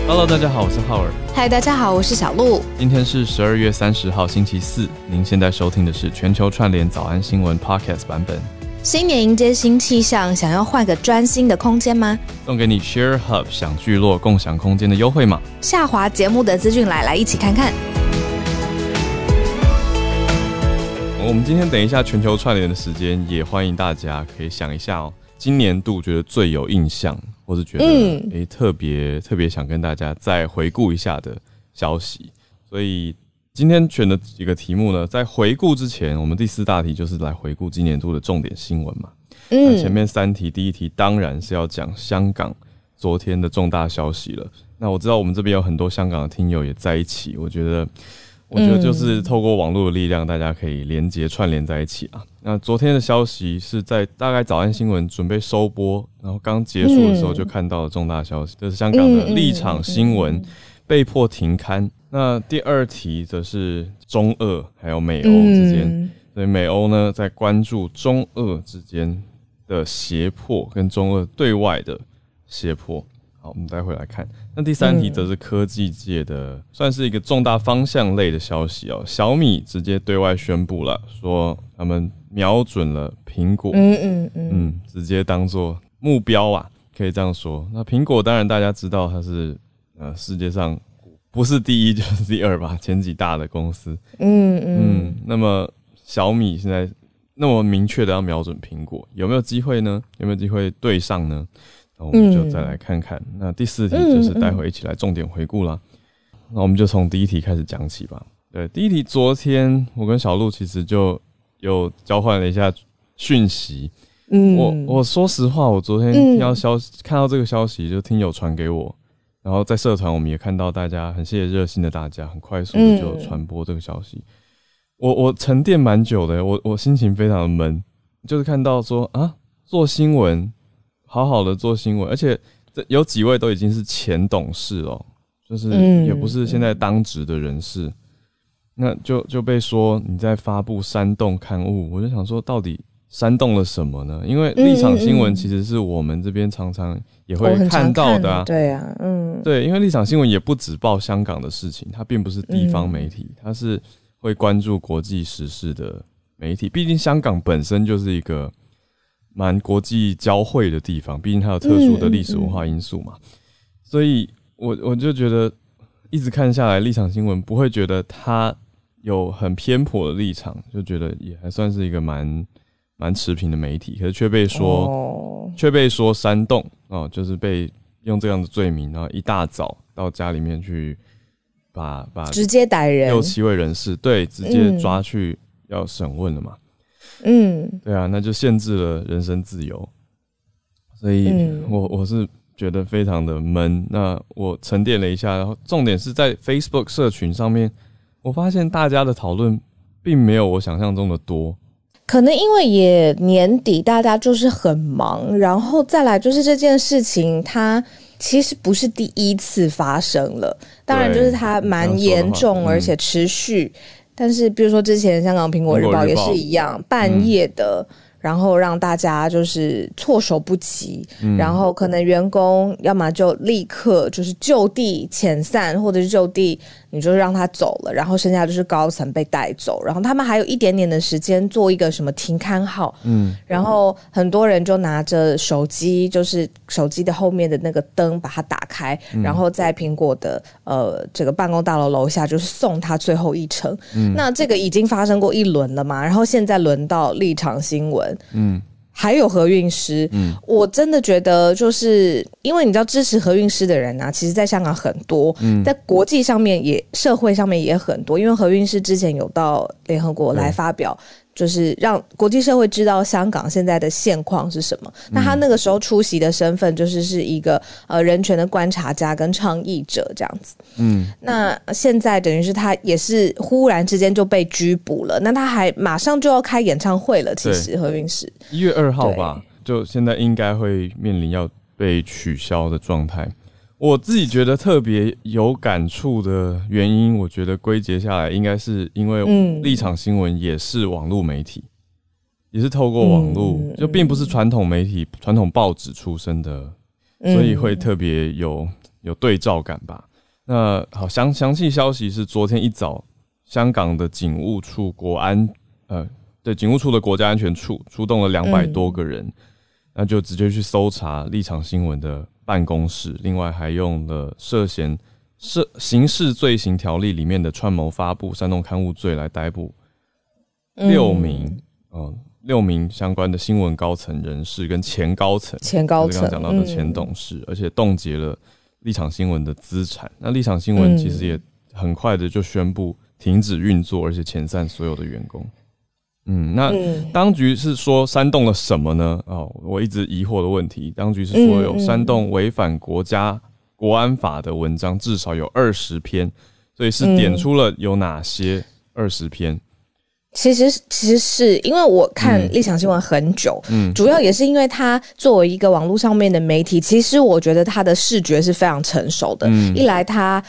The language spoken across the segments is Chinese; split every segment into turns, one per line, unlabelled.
Hello， 大家好，我是浩尔。
嗨，大家好，我是小鹿。
今天是12月30号星期四，您现在收听的是全球串联早安新闻 Podcast 版本。
新年迎接新气象，想要换个专心的空间吗？
送给你 Share Hub 享聚落共享空间的优惠码。
下滑节目的资讯来一起看看。
我们今天等一下全球串联的时间，也欢迎大家可以想一下哦，今年度觉得最有印象，或是觉得特别想跟大家再回顾一下的消息。所以今天选的几个题目呢，在回顾之前，我们第4大题就是来回顾今年度的重点新闻嘛。那前面3题，第一题当然是要讲香港昨天的重大消息了。那我知道我们这边有很多香港的听友也在一起，我觉得就是透过网络的力量，大家可以串联在一起啊。那昨天的消息是在大概早安新闻准备收播，然后刚结束的时候就看到了重大消息，这是香港的立场新闻被迫停刊。那第2题则是中俄还有美欧之间，所以美欧呢在关注中俄之间的胁迫跟中俄对外的胁迫。好，我们待会来看。那第3题则是科技界的，算是一个重大方向类的消息哦。小米直接对外宣布了，说他们瞄准了苹果，直接当作目标啊，可以这样说。那苹果当然大家知道它是世界上不是第1就是第2吧，前几大的公司。那么小米现在那么明确的要瞄准苹果，有没有机会呢？有没有机会对上呢？那我们就再来看看。那第4题就是待会一起来重点回顾啦。那我们就从第1题开始讲起吧。对，第1题昨天我跟小鹿其实就有交换了一下讯息。我说实话，我昨天看到这个消息，就听友传给我，然后在社团我们也看到大家很谢谢热心的大家，很快速的就传播这个消息。我沉淀蛮久的，我心情非常的闷，就是看到说啊，做新闻。好好的做新闻，而且有几位都已经是前董事了，就是也不是现在当职的人士，那就被说你在发布煽动刊物，我就想说到底煽动了什么呢？因为立场新闻其实是我们这边常常也会看到的啊，
对啊，
对，因为立场新闻也不只报香港的事情，它并不是地方媒体，它是会关注国际时事的媒体，毕竟香港本身就是一个蛮国际交汇的地方，毕竟它有特殊的历史文化因素嘛，所以我就觉得一直看下来，立场新闻不会觉得它有很偏颇的立场，就觉得也还算是一个蛮持平的媒体，可是却被说煽动哦，就是被用这样的罪名，然后一大早到家里面去把
直接逮人
6、7位人士，对，直接抓去要审问了嘛。对啊，那就限制了人身自由，所以我是觉得非常的闷。那我沉淀了一下，然后重点是在 Facebook 社群上面，我发现大家的讨论并没有我想象中的多。
可能因为也年底，大家就是很忙，然后再来就是这件事情它其实不是第1次发生了，当然就是它蛮严重而且持续。但是比如说之前香港苹果日报也是一样，半夜的，然后让大家就是措手不及，然后可能员工要么就立刻就是就地遣散，或者是就地你就让他走了，然后剩下就是高层被带走，然后他们还有一点点的时间做一个什么停刊号，然后很多人就拿着手机，就是手机的后面的那个灯把它打开，然后在苹果的这个办公大楼楼下就是送他最后一程。那这个已经发生过1轮了嘛，然后现在轮到立场新闻，还有何韵诗，我真的觉得就是因为你知道支持何韵诗的人啊，其实在香港很多，在国际上面也社会上面也很多，因为何韵诗之前有到联合国来发表，就是让国际社会知道香港现在的现况是什么。那他那个时候出席的身份就是一个人权的观察家跟倡议者这样子。那现在等于是他也是忽然之间就被拘捕了，那他还马上就要开演唱会了。其实何韵诗
1月2号吧，就现在应该会面临要被取消的状态。我自己觉得特别有感触的原因，我觉得归结下来应该是因为立场新闻也是网络媒体，也是透过网络，就并不是传统媒体、传统报纸出身的，所以会特别有有对照感吧。那好，详细消息是昨天一早，香港的警务处警务处的国家安全处出动了200多个人，那就直接去搜查立场新闻的办公室，另外还用了涉嫌刑事罪行条例里面的串谋发布、煽动刊物罪来逮捕6名相关的新闻高层人士跟前高层，刚刚讲到的前董事，而且冻结了立场新闻的资产。那立场新闻其实也很快的就宣布停止运作，而且遣散所有的员工。那当局是说煽动了什么呢？我一直疑惑的问题，当局是说有煽动违反国安法的文章至少有20篇，所以是点出了有哪些20篇。
其实是因为我看立场新闻很久，主要也是因为它作为一个网络上面的媒体，其实我觉得它的视觉是非常成熟的。一来它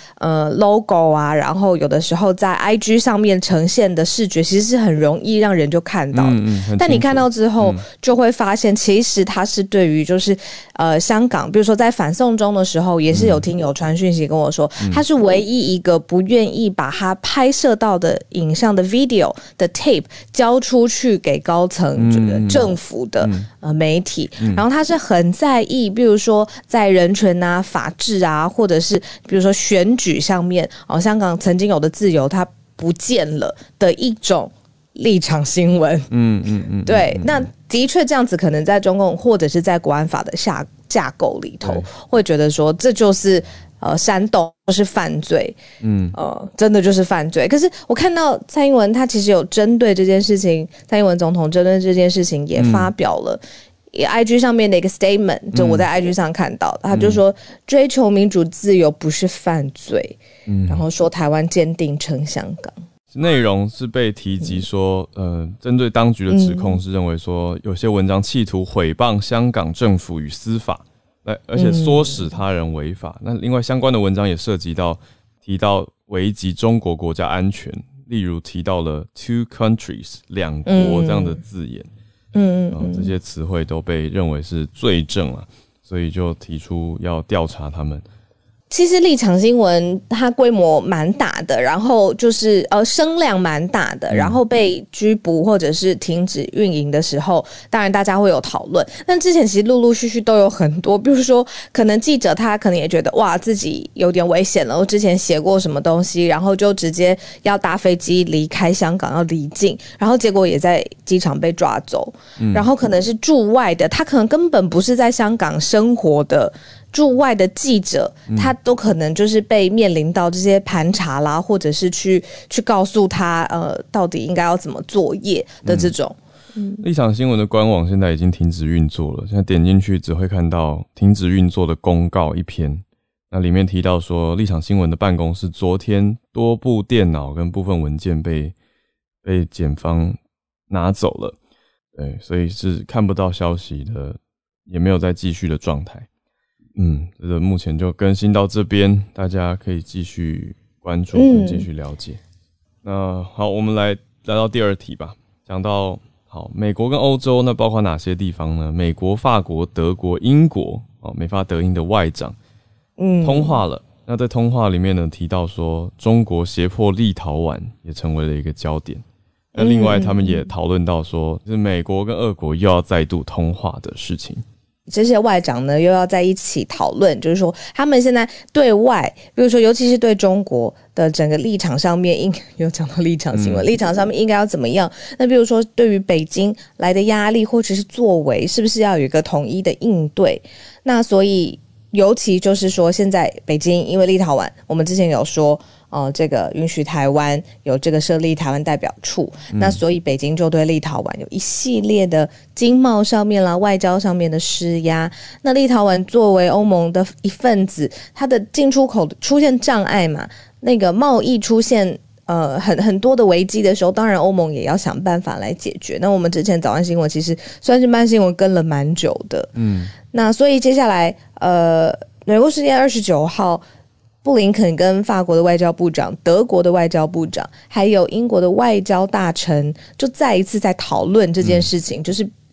logo 啊，然后有的时候在 IG 上面呈现的视觉，其实是很容易让人就看到的。但你看到之后，就会发现其实它是对于就是香港，比如说在反送中的时候，也是有听友传讯息跟我说，他是唯一一个不愿意把他拍摄到的影像的 video 的tape 交出去给高层这个政府的媒体，然后他是很在意，比如说在人权啊、法治啊，或者是比如说选举上面，香港曾经有的自由它不见了的一种立场新闻。对，那的确这样子，可能在中共或者是在国安法的架构里头，会觉得说这就是煽动就是犯罪，真的就是犯罪。可是我看到蔡英文他其实有针对这件事情，蔡英文总统针对这件事情也发表了IG 上面的一个 statement， 就我在 IG 上看到的，他就说追求民主自由不是犯罪，然后说台湾坚定撑香港。
内容是被提及说，针对当局的指控是认为说，有些文章企图毁谤香港政府与司法，而且唆使他人违法。那另外相关的文章也涉及到提到危及中国国家安全，例如提到了 two countries 2国这样的字眼，这些词汇都被认为是罪证啊，所以就提出要调查他们。
其实立场新闻它规模蛮大的，然后就是声量蛮大的，然后被拘捕或者是停止运营的时候，当然大家会有讨论。但之前其实陆陆续续都有很多，比如说可能记者他可能也觉得哇自己有点危险了，我之前写过什么东西，然后就直接要搭飞机离开香港要离境，然后结果也在机场被抓走。然后可能是驻外的，他可能根本不是在香港生活的驻外的记者，他都可能就是被面临到这些盘查啦，或者是去告诉他到底应该要怎么作业的这种。
立场新闻的官网现在已经停止运作了，现在点进去只会看到停止运作的公告一篇，那里面提到说立场新闻的办公室昨天多部电脑跟部分文件被检方拿走了，对，所以是看不到消息的，也没有再继续的状态。这个目前就更新到这边，大家可以继续关注，继续了解。那好，我们来到第二题吧。讲到好，美国跟欧洲，那包括哪些地方呢？美国、法国、德国、英国，美法德英的外长，通话了。那在通话里面呢，提到说中国胁迫立陶宛也成为了一个焦点。那另外他们也讨论到说，就是美国跟俄国又要再度通话的事情。
这些外长呢又要在一起讨论，就是说他们现在对外，比如说尤其是对中国的整个立场上面，有讲到立场新闻，立场上面应该要怎么样？那比如说对于北京来的压力或者是作为，是不是要有一个统一的应对？那所以尤其就是说，现在北京因为立陶宛，我们之前有说。这个允许台湾有这个设立台湾代表处，那所以北京就对立陶宛有一系列的经贸上面啦、外交上面的施压。那立陶宛作为欧盟的一份子，它的进出口出现障碍嘛，那个贸易出现很多的危机的时候，当然欧盟也要想办法来解决。那我们之前早安新闻其实算是慢新闻跟了蛮久的，那所以接下来美国时间29号。布林肯跟法国的外交部长、德国的外交部长，还有英国的外交大臣，就再一次在讨论这件事情，就是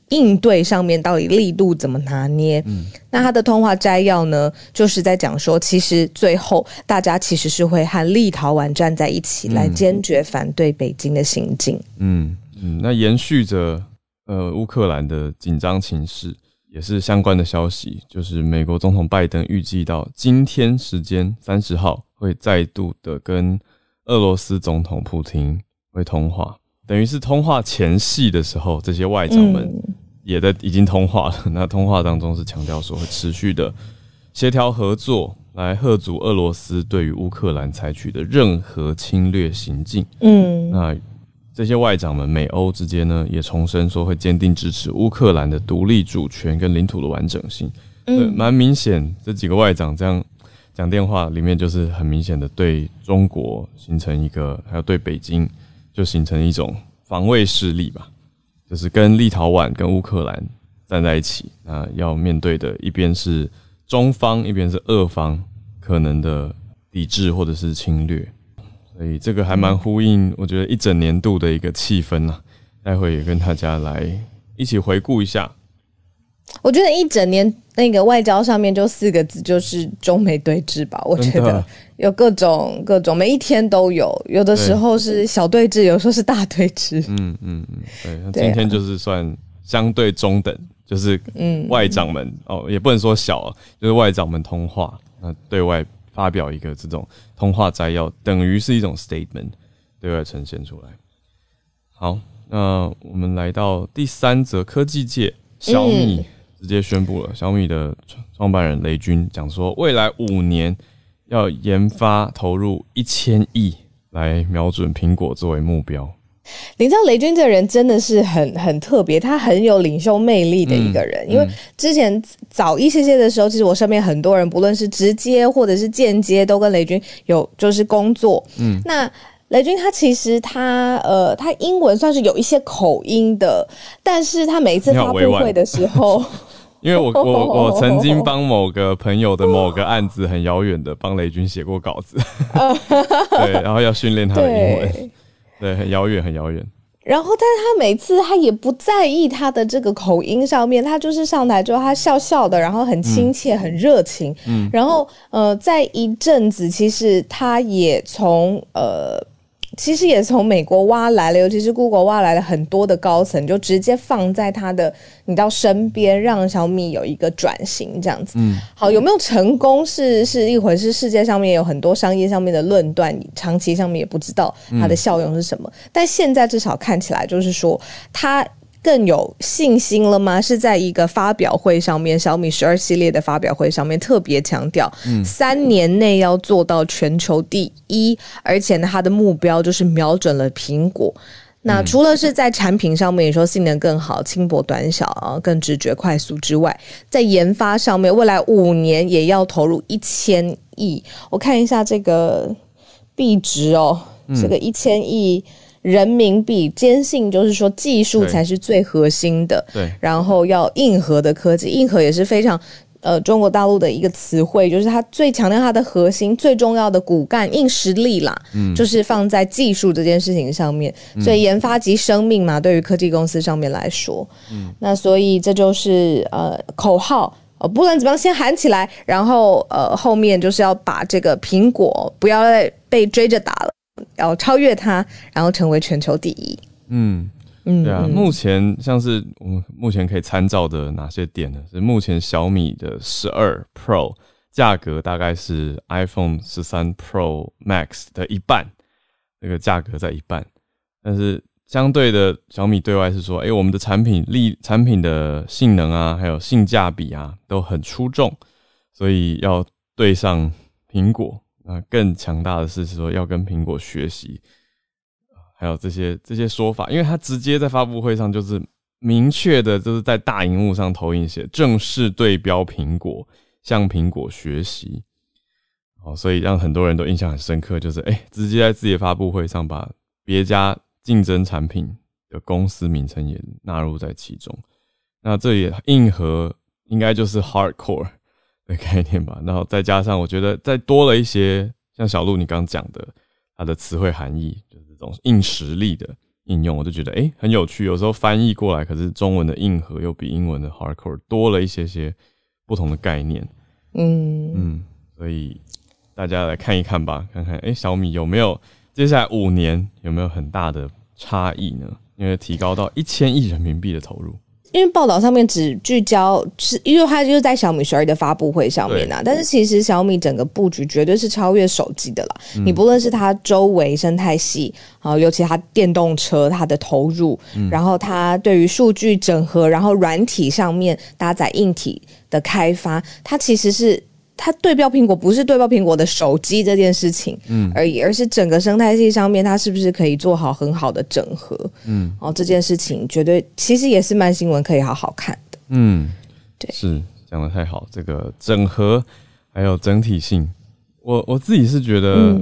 应对上面到底力度怎么拿捏。那他的通话摘要呢，就是在讲说，其实最后大家其实是会和立陶宛站在一起，来坚决反对北京的行径。
那延续着乌克兰的紧张情势，也是相关的消息，就是美国总统拜登预计到今天时间30号会再度的跟俄罗斯总统普丁会通话，等于是通话前夕的时候，这些外长们也已经通话了。那通话当中是强调说会持续的协调合作，来吓阻俄罗斯对于乌克兰采取的任何侵略行径。那这些外长们美欧之间呢，也重申说会坚定支持乌克兰的独立主权跟领土的完整性。蛮明显，这几个外长这样讲电话里面，就是很明显的对中国形成一个，还有对北京就形成一种防卫势力吧，就是跟立陶宛跟乌克兰站在一起，那要面对的一边是中方，一边是俄方可能的抵制或者是侵略。所以这个还蛮呼应我觉得一整年度的一个气氛啊，待会也跟大家来一起回顾一下。
我觉得一整年那个外交上面就4个字，就是中美对峙吧。我觉得有各种每一天都有，有的时候是小对峙，有时候是大对峙。
对，那今天就是算相对中等，就是外长们也不能说小，就是外长们通话，那对外发表一个这种通话摘要，等于是一种 statement 对外呈现出来。好，那我们来到第3则科技界，小米直接宣布了，小米的创办人雷军讲说，未来5年要研发投入1000亿来瞄准苹果作为目标。
你知道雷军这个人真的是很特别，他很有领袖魅力的一个人。因为之前早一些的时候，其实我身边很多人，不论是直接或者是间接，都跟雷军有就是工作。那雷军他其实他英文算是有一些口音的，但是他每一次发布会的时候，
因为我曾经帮某个朋友的某个案子很遥远的帮雷军写过稿子，对，然后要训练他的英文。对，很遥远，很遥远。
然后，但是他每次他也不在意他的这个口音上面，他就是上台之后他笑笑的，然后很亲切，很热情。然后在一阵子，其实他也从美国挖来了，尤其是 Google 挖来了很多的高层，就直接放在他的你到身边，让小米有一个转型这样子。好，有没有成功是一回事，世界上面有很多商业上面的论断，长期上面也不知道它的效用是什么。但现在至少看起来就是说，它更有信心了吗？是在一个发表会上面，小米12系列的发表会上面特别强调，3年内要做到全球第1，而且呢，它的目标就是瞄准了苹果。那除了是在产品上面，你说性能更好、轻薄短小更直觉快速之外，在研发上面，未来5年也要投入1000亿。我看一下这个币值这个1000亿人民币，坚信就是说技术才是最核心的，对，然后要硬核的科技，硬核也是非常中国大陆的一个词汇，就是它最强调它的核心最重要的骨干硬实力啦，就是放在技术这件事情上面，所以研发即生命嘛，对于科技公司上面来说，那所以这就是口号。不论怎么样先喊起来，然后后面就是要把这个苹果不要再被追着打了，要超越它，然后成为全球第1。
对啊，目前像是我们目前可以参照的哪些点呢？是目前小米的12 Pro 价格大概是 iPhone 13 Pro Max 的一半，这个价格在一半。但是相对的，小米对外是说，我们的产品的性能啊，还有性价比啊，都很出众，所以要对上苹果。那更强大的是说要跟苹果学习。还有这些说法，因为他直接在发布会上就是明确的，就是在大荧幕上投影写正式对标苹果，向苹果学习。所以让很多人都印象很深刻，就是直接在自己的发布会上把别家竞争产品的公司名称也纳入在其中。那这也硬核应该就是 hardcore 的概念吧。然后再加上我觉得再多了一些像小鹿你刚讲的它的词汇含义，就是这种硬实力的应用，我就觉得很有趣。有时候翻译过来，可是中文的硬核又比英文的 hardcore 多了一些不同的概念。所以大家来看一看吧，看看小米有没有接下来5年有没有很大的差异呢？因为提高到1000亿人民币的投入。
因为报道上面只聚焦，因为它就是在小米12的发布会上面但是其实小米整个布局绝对是超越手机的啦。你不论是它周围生态系尤其它电动车它的投入，然后它对于数据整合，然后软体上面搭载硬体的开发，它其实是它对标苹果，不是对标苹果的手机这件事情而已，而是整个生态系上面它是不是可以做好很好的整合。这件事情绝对其实也是慢新闻可以好好看的。对，
是讲得太好，这个整合还有整体性，我自己是觉得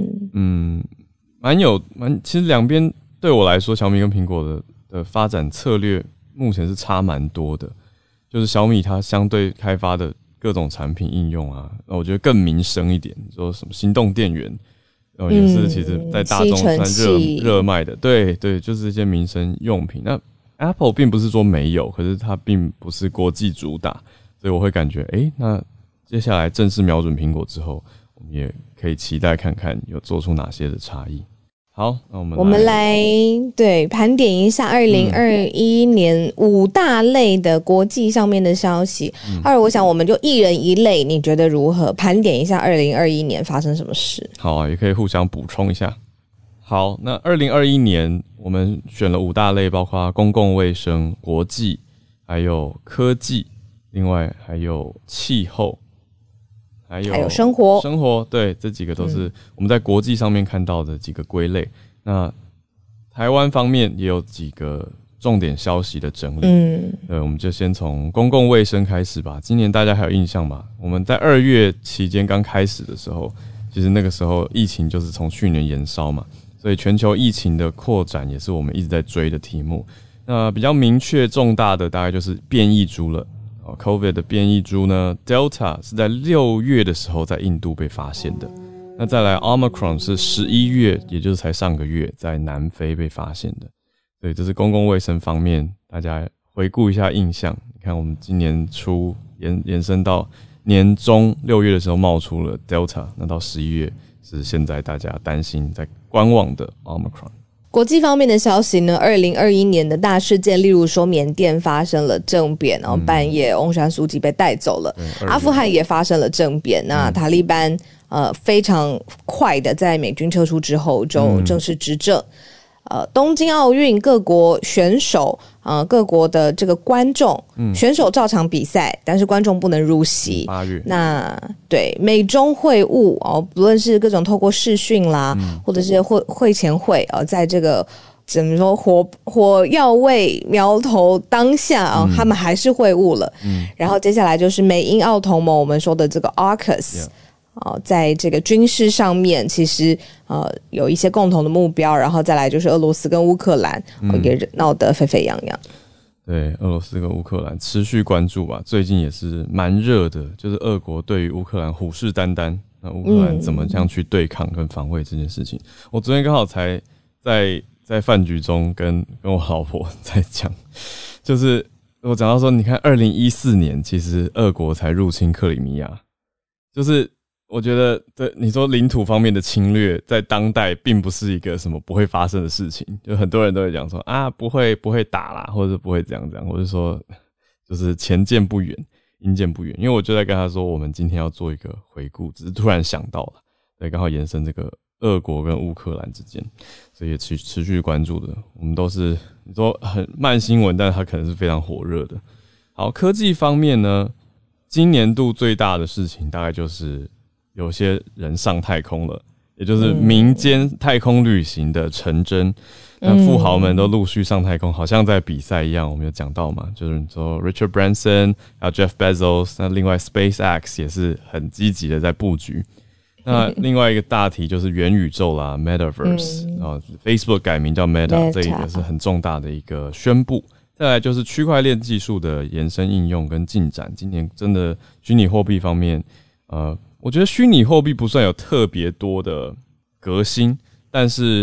其实两边对我来说，小米跟苹果的发展策略目前是差蛮多的。就是小米它相对开发的各种产品应用啊，我觉得更民生一点，说什么行动电源，也是其实在大众算热卖的，对，就是这些民生用品。那 Apple 并不是说没有，可是它并不是国际主打，所以我会感觉，那接下来正式瞄准苹果之后，我们也可以期待看看有做出哪些的差异。好，那我们来
盘点一下2021年5大类的国际上面的消息。我想我们就一人一类，你觉得如何？盘点一下2021年发生什么事？
好啊，也可以互相补充一下。好，那2021年我们选了5大类，包括公共卫生、国际，还有科技，另外还有气候。还有生活，对，这几个都是我们在国际上面看到的几个归类。那台湾方面也有几个重点消息的整理。我们就先从公共卫生开始吧。今年大家还有印象吧？我们在2月期间刚开始的时候，其实那个时候疫情就是从去年延烧嘛，所以全球疫情的扩展也是我们一直在追的题目。那比较明确重大的大概就是变异株了。COVID 的变异株呢 Delta 是在6月的时候在印度被发现的，那再来 Omicron 是11月，也就是才上个月在南非被发现的。所以这是公共卫生方面，大家回顾一下印象。你看我们今年初延伸到年中6月的时候冒出了 Delta， 那到11月是现在大家担心在观望的 Omicron。
国际方面的消息呢，2021年的大事件，例如说缅甸发生了政变，然后半夜翁山苏姬被带走了，阿富汗也发生了政变，那塔利班非常快的在美军撤出之后就正式执政。东京奥运各国选手各国的这个观众选手照常比赛，但是观众不能入席。
8月
那对美中会晤不论是各种透过视讯啦，或者是会前会在这个怎么说火药味苗头当下他们还是会晤了。然后接下来就是美英澳同盟，我们说的这个 AUKUS。在这个军事上面其实有一些共同的目标，然后再来就是俄罗斯跟乌克兰也闹得沸沸扬扬。
对，俄罗斯跟乌克兰持续关注吧，最近也是蛮热的，就是俄国对于乌克兰虎视眈眈，那乌克兰怎么样去对抗跟防卫这件事情。我昨天刚好才在饭局中跟我老婆在讲，就是我讲到说，你看2014年其实俄国才入侵克里米亚，就是我觉得对你说领土方面的侵略在当代并不是一个什么不会发生的事情，就很多人都会讲说不会打啦，或者不会这样，或者说就是前见不远阴见不远。因为我就在跟他说我们今天要做一个回顾，只是突然想到了，对，刚好延伸这个俄国跟乌克兰之间，所以也持续关注的。我们都是你说很慢新闻，但它可能是非常火热的。好，科技方面呢，今年度最大的事情大概就是有些人上太空了，也就是民间太空旅行的成真。那富豪们都陆续上太空，好像在比赛一样。我们有讲到嘛，就是你说 Richard Branson 还有 Jeff Bezos， 那另外 SpaceX 也是很积极的在布局。那另外一个大题就是元宇宙啦 ，Metaverse， Facebook 改名叫 Meta， 这也是很重大的一个宣布。再来就是区块链技术的延伸应用跟进展。今年真的虚拟货币方面，我觉得虚拟货币不算有特别多的革新，但是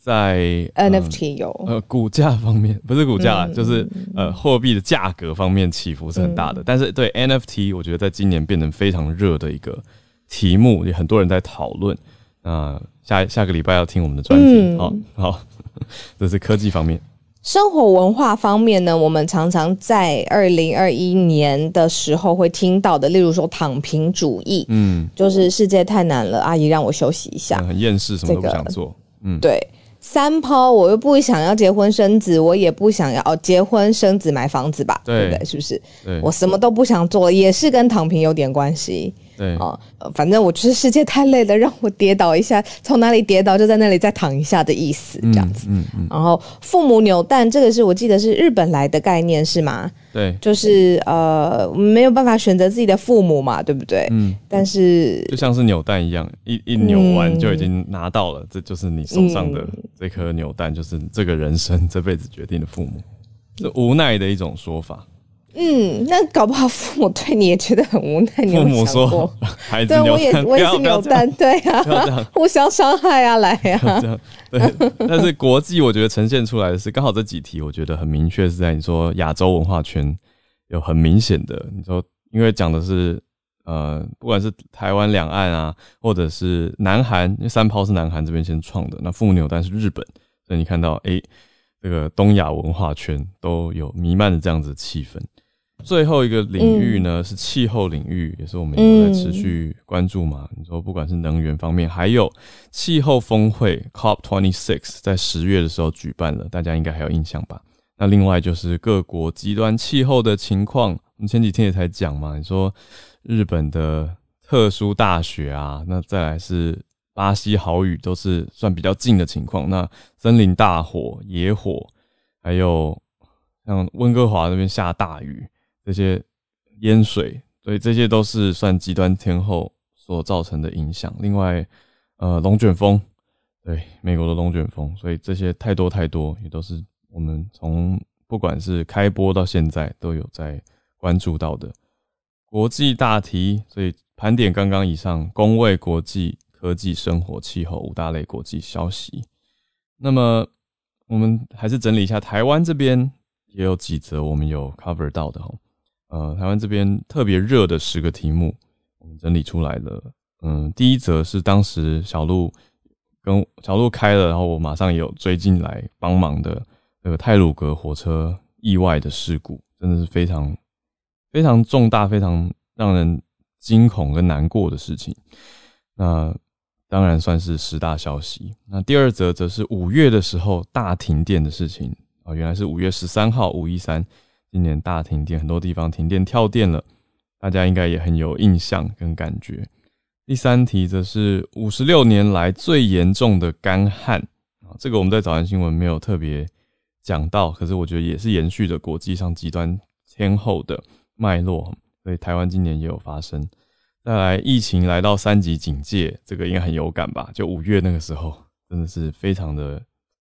在
NFT 有
股价方面不是股价，就是货币的价格方面起伏是很大的。但是对 NFT， 我觉得在今年变成非常热的一个题目，也很多人在讨论。下个礼拜要听我们的专题，好，这是科技方面。
生活文化方面呢，我们常常在2021年的时候会听到的，例如说躺平主义，就是世界太难了，阿姨让我休息一下，
很厌世，什么都不想做，
对。三抛，我又不想要结婚生子，我也不想要结婚生子买房子吧， 对不对？是不是？我什么都不想做，也是跟躺平有点关系。
对
反正我就是世界太累了，让我跌倒一下，从哪里跌倒就在那里再躺一下的意思，这样子。然后父母扭蛋，这个是我记得是日本来的概念是吗？
对，
就是没有办法选择自己的父母嘛，对不对？但是
就像是扭蛋一样，一扭完就已经拿到了，这就是你手上的这颗扭蛋，就是这个人生这辈子决定的父母，是无奈的一种说法。
那搞不好父母对你也觉得很无奈。你有没有想过？
父母说孩子扭蛋，
我也是扭蛋，对啊，互相伤害啊，来啊，
这样对。但是国际我觉得呈现出来的是，刚好这几题我觉得很明确是在你说亚洲文化圈有很明显的，你说因为讲的是不管是台湾两岸啊，或者是南韩，因为三抛是南韩这边先创的，那父母扭蛋是日本，所以你看到这个东亚文化圈都有弥漫的这样子的气氛。最后一个领域呢，是气候领域，也是我们有在持续关注嘛。你说不管是能源方面，还有气候峰会 COP26 在10月的时候举办了，大家应该还有印象吧？那另外就是各国极端气候的情况，我们前几天也才讲嘛，你说日本的特殊大雪啊，那再来是巴西豪雨，都是算比较近的情况。那森林大火、野火，还有像温哥华那边下大雨，这些淹水，所以这些都是算极端天候所造成的影响。另外，龙卷风，对，美国的龙卷风，所以这些太多，也都是我们从不管是开播到现在都有在关注到的国际大题。所以盘点刚刚以上公卫、国际、科技、生活、气候5大类国际消息。那么我们还是整理一下台湾这边也有几则我们有 cover 到的台湾这边特别热的10个题目，我们整理出来了。第一则是当时小鹿开了，然后我马上也有追进来帮忙的那个太鲁阁火车意外的事故，真的是非常非常重大、非常让人惊恐跟难过的事情。那当然算是10大消息。那第二则则是5月的时候大停电的事情原来是5月13号513。今年大停电，很多地方停电跳电了，大家应该也很有印象跟感觉。第3题则是56年来最严重的干旱，这个我们在早安新闻没有特别讲到，可是我觉得也是延续着国际上极端天候的脉络，所以台湾今年也有发生。再来，疫情来到3级警戒，这个应该很有感吧？就5月那个时候，真的是非常的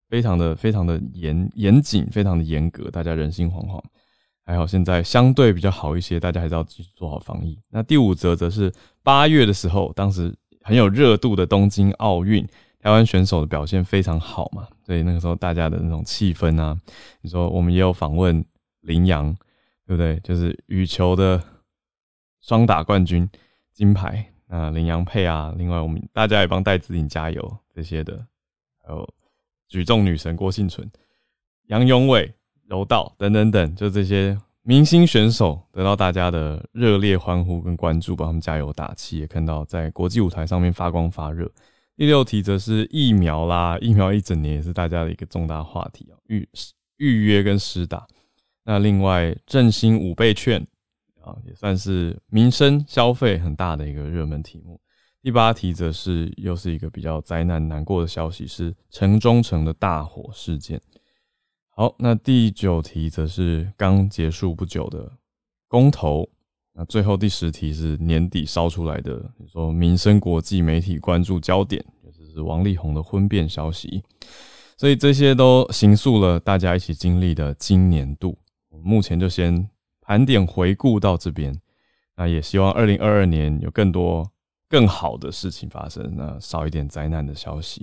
严谨，非常的严格，大家人心惶惶。还好现在相对比较好一些，大家还是要继续做好防疫。那第5则则是8月的时候，当时很有热度的东京奥运，台湾选手的表现非常好嘛，所以那个时候大家的那种气氛啊，你说我们也有访问麟洋，对不对？就是羽球的双打冠军金牌，那麟洋配啊，另外我们大家也帮戴资颖加油这些的，还有举重女神郭婞淳、杨永伟、柔道等等等，就这些明星选手得到大家的热烈欢呼跟关注，帮他们加油打气，也看到在国际舞台上面发光发热。第6题则是疫苗啦，疫苗一整年也是大家的一个重大话题预约跟施打。那另外振兴5倍券也算是民生消费很大的一个热门题目。第8题则是又是一个比较灾难难过的消息，是城中城的大火事件。好，那第9题则是刚结束不久的公投。那最后第10题是年底烧出来的，你说民生国际媒体关注焦点，就是王力宏的婚变消息。所以这些都形塑了大家一起经历的今年度。我们目前就先盘点回顾到这边，那也希望2022年有更多更好的事情发生，那少一点灾难的消息。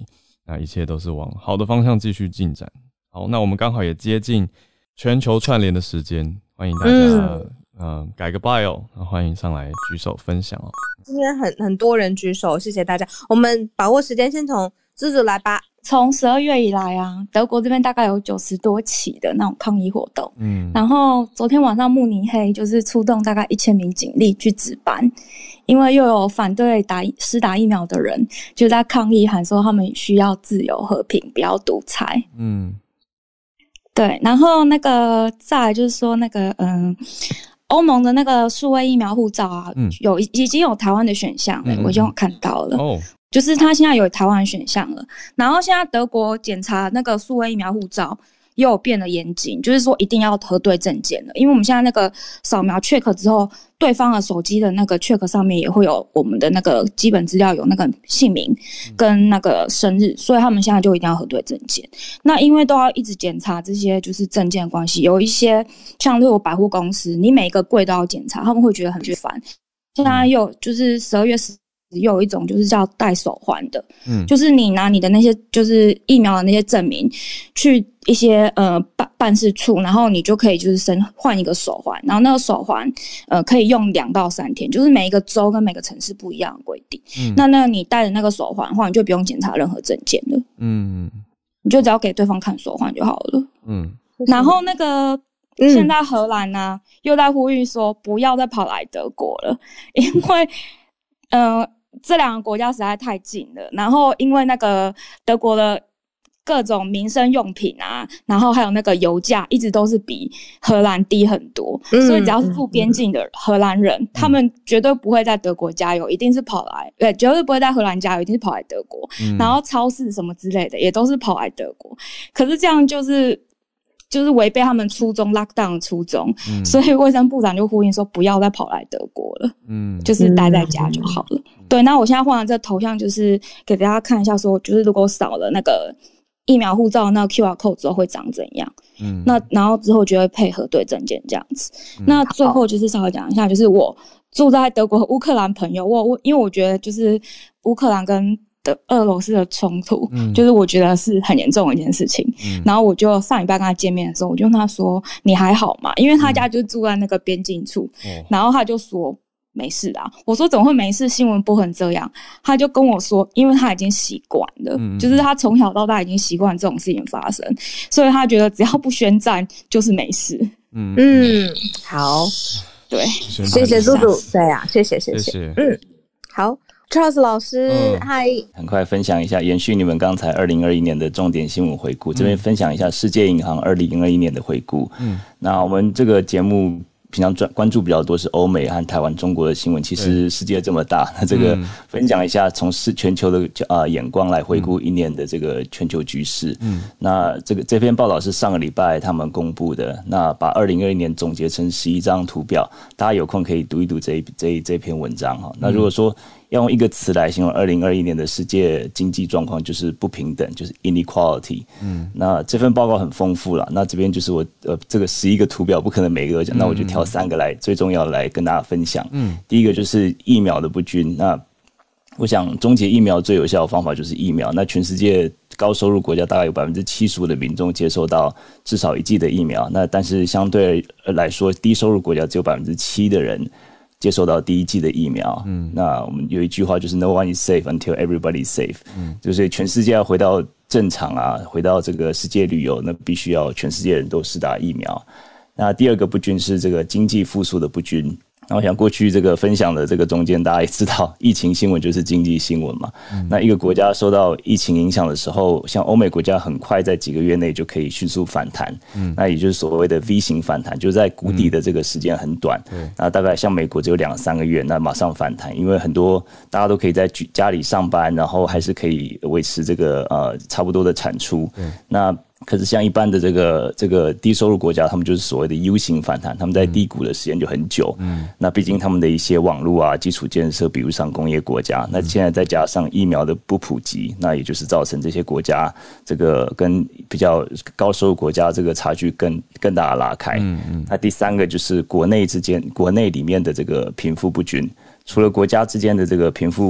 那一切都是往好的方向继续进展。好，那我们刚好也接近全球串联的时间，欢迎大家改个 bio， 欢迎上来举手分享哦。
今天很多人举手，谢谢大家。我们把握时间，先从猪猪来吧。
从12月以来啊，德国这边大概有90多起的那种抗议活动。然后昨天晚上慕尼黑就是出动大概1000名警力去值班，因为又有反对施打疫苗的人就在抗议，喊说他们需要自由和平，不要独裁。对，然后那个再来就是说那个欧盟的那个数位疫苗护照啊，已经有台湾的选项了，我已经有看到了。就是他现在有台湾选项了，然后现在德国检查那个数位疫苗护照又有变得严谨，就是说一定要核对证件了，因为我们现在那个扫描 check 之后，对方的手机的那个 check 上面也会有我们的那个基本资料，有那个姓名跟那个生日，所以他们现在就一定要核对证件。那因为都要一直检查这些就是证件的关系，有一些像例如百货公司，你每一个柜都要检查，他们会觉得很烦。现在又就是12月10又有一种就是叫戴手环的，就是你拿你的那些就是疫苗的那些证明去一些办事处，然后你就可以就是换一个手环，然后那个手环可以用2到3天，就是每一个州跟每个城市不一样的规定。那你戴着那个手环的话，你就不用检查任何证件了，你就只要给对方看手环就好了。然后那个现在荷兰呢又在呼吁说不要再跑来德国了，因为这2个国家实在太近了，然后因为那个德国的各种民生用品啊，然后还有那个油价一直都是比荷兰低很多，所以只要是住边境的荷兰人，他们绝对不会在德国加油，一定是跑来，对，绝对不会在荷兰加油，一定是跑来德国，然后超市什么之类的也都是跑来德国。可是这样就是违背他们初衷 lockdown 的初衷，所以卫生部长就呼应说不要再跑来德国了，就是待在家就好了。对，那我现在换了这个头像，就是给大家看一下说，就是如果扫了那个疫苗护照那个 QR code 之后会长怎样，那然后之后就会配合对证件这样子。那最后就是稍微讲一下，就是我住在德国乌克兰朋友，因为我觉得就是乌克兰跟俄罗斯的冲突，就是我觉得是很严重的一件事情。然后我就上礼拜跟他见面的时候，我就跟他说你还好吗？因为他家就住在那个边境处，然后他就说没事啊。我说怎么会没事？新闻播成这样。他就跟我说因为他已经习惯了，就是他从小到大已经习惯这种事情发生，所以他觉得只要不宣战就是没事。
好，
对，
谢谢猪猪，对啊，谢谢。好，Charles 老师，嗨，
很快分享一下，延续你们刚才2021年的重点新闻回顾，这边分享一下世界银行2021年的回顾。那我们这个节目平常关注比较多是欧美和台湾、中国的新闻，其实世界这么大，那这个分享一下从全球的眼光来回顾一年的这个全球局势。那这篇报道是上个礼拜他们公布的，那把2021年总结成11张图表，大家有空可以读一读这篇文章哈。那如果说要用一个词来形容2021年的世界经济状况，就是不平等，就是 inequality。那这份报告很丰富啦，那这边就是我这个11个图表不可能每个都讲，那我就挑3个来最重要的来跟大家分享。第一个就是疫苗的不均。那我想终结疫苗最有效的方法就是疫苗。那全世界高收入国家大概有75%的民众接受到至少1剂的疫苗，那但是相对来说低收入国家只有7%的人接受到第1剂的疫苗。那我们有一句话就是 No one is safe until everybody is safe。就是全世界要回到正常啊，回到这个世界旅游，那必须要全世界人都施打疫苗。那第2个不均是这个经济复苏的不均。那我想过去这个分享的这个中间，大家也知道疫情新闻就是经济新闻嘛。那一个国家受到疫情影响的时候，像欧美国家很快在几个月内就可以迅速反弹。那也就是所谓的 V 型反弹，就在谷底的这个时间很短。那大概像美国只有2-3个月，那马上反弹，因为很多大家都可以在家里上班，然后还是可以维持这个差不多的产出。那可是像一般的这个低收入国家，他们就是所谓的 U 型反弹，他们在低谷的时间就很久。那毕竟他们的一些网络啊、基础建设比不上工业国家，那现在再加上疫苗的不普及，那也就是造成这些国家这个跟比较高收入国家这个差距更大的拉开。那第3个就是国内里面的这个贫富不均，除了国家之间的这个贫富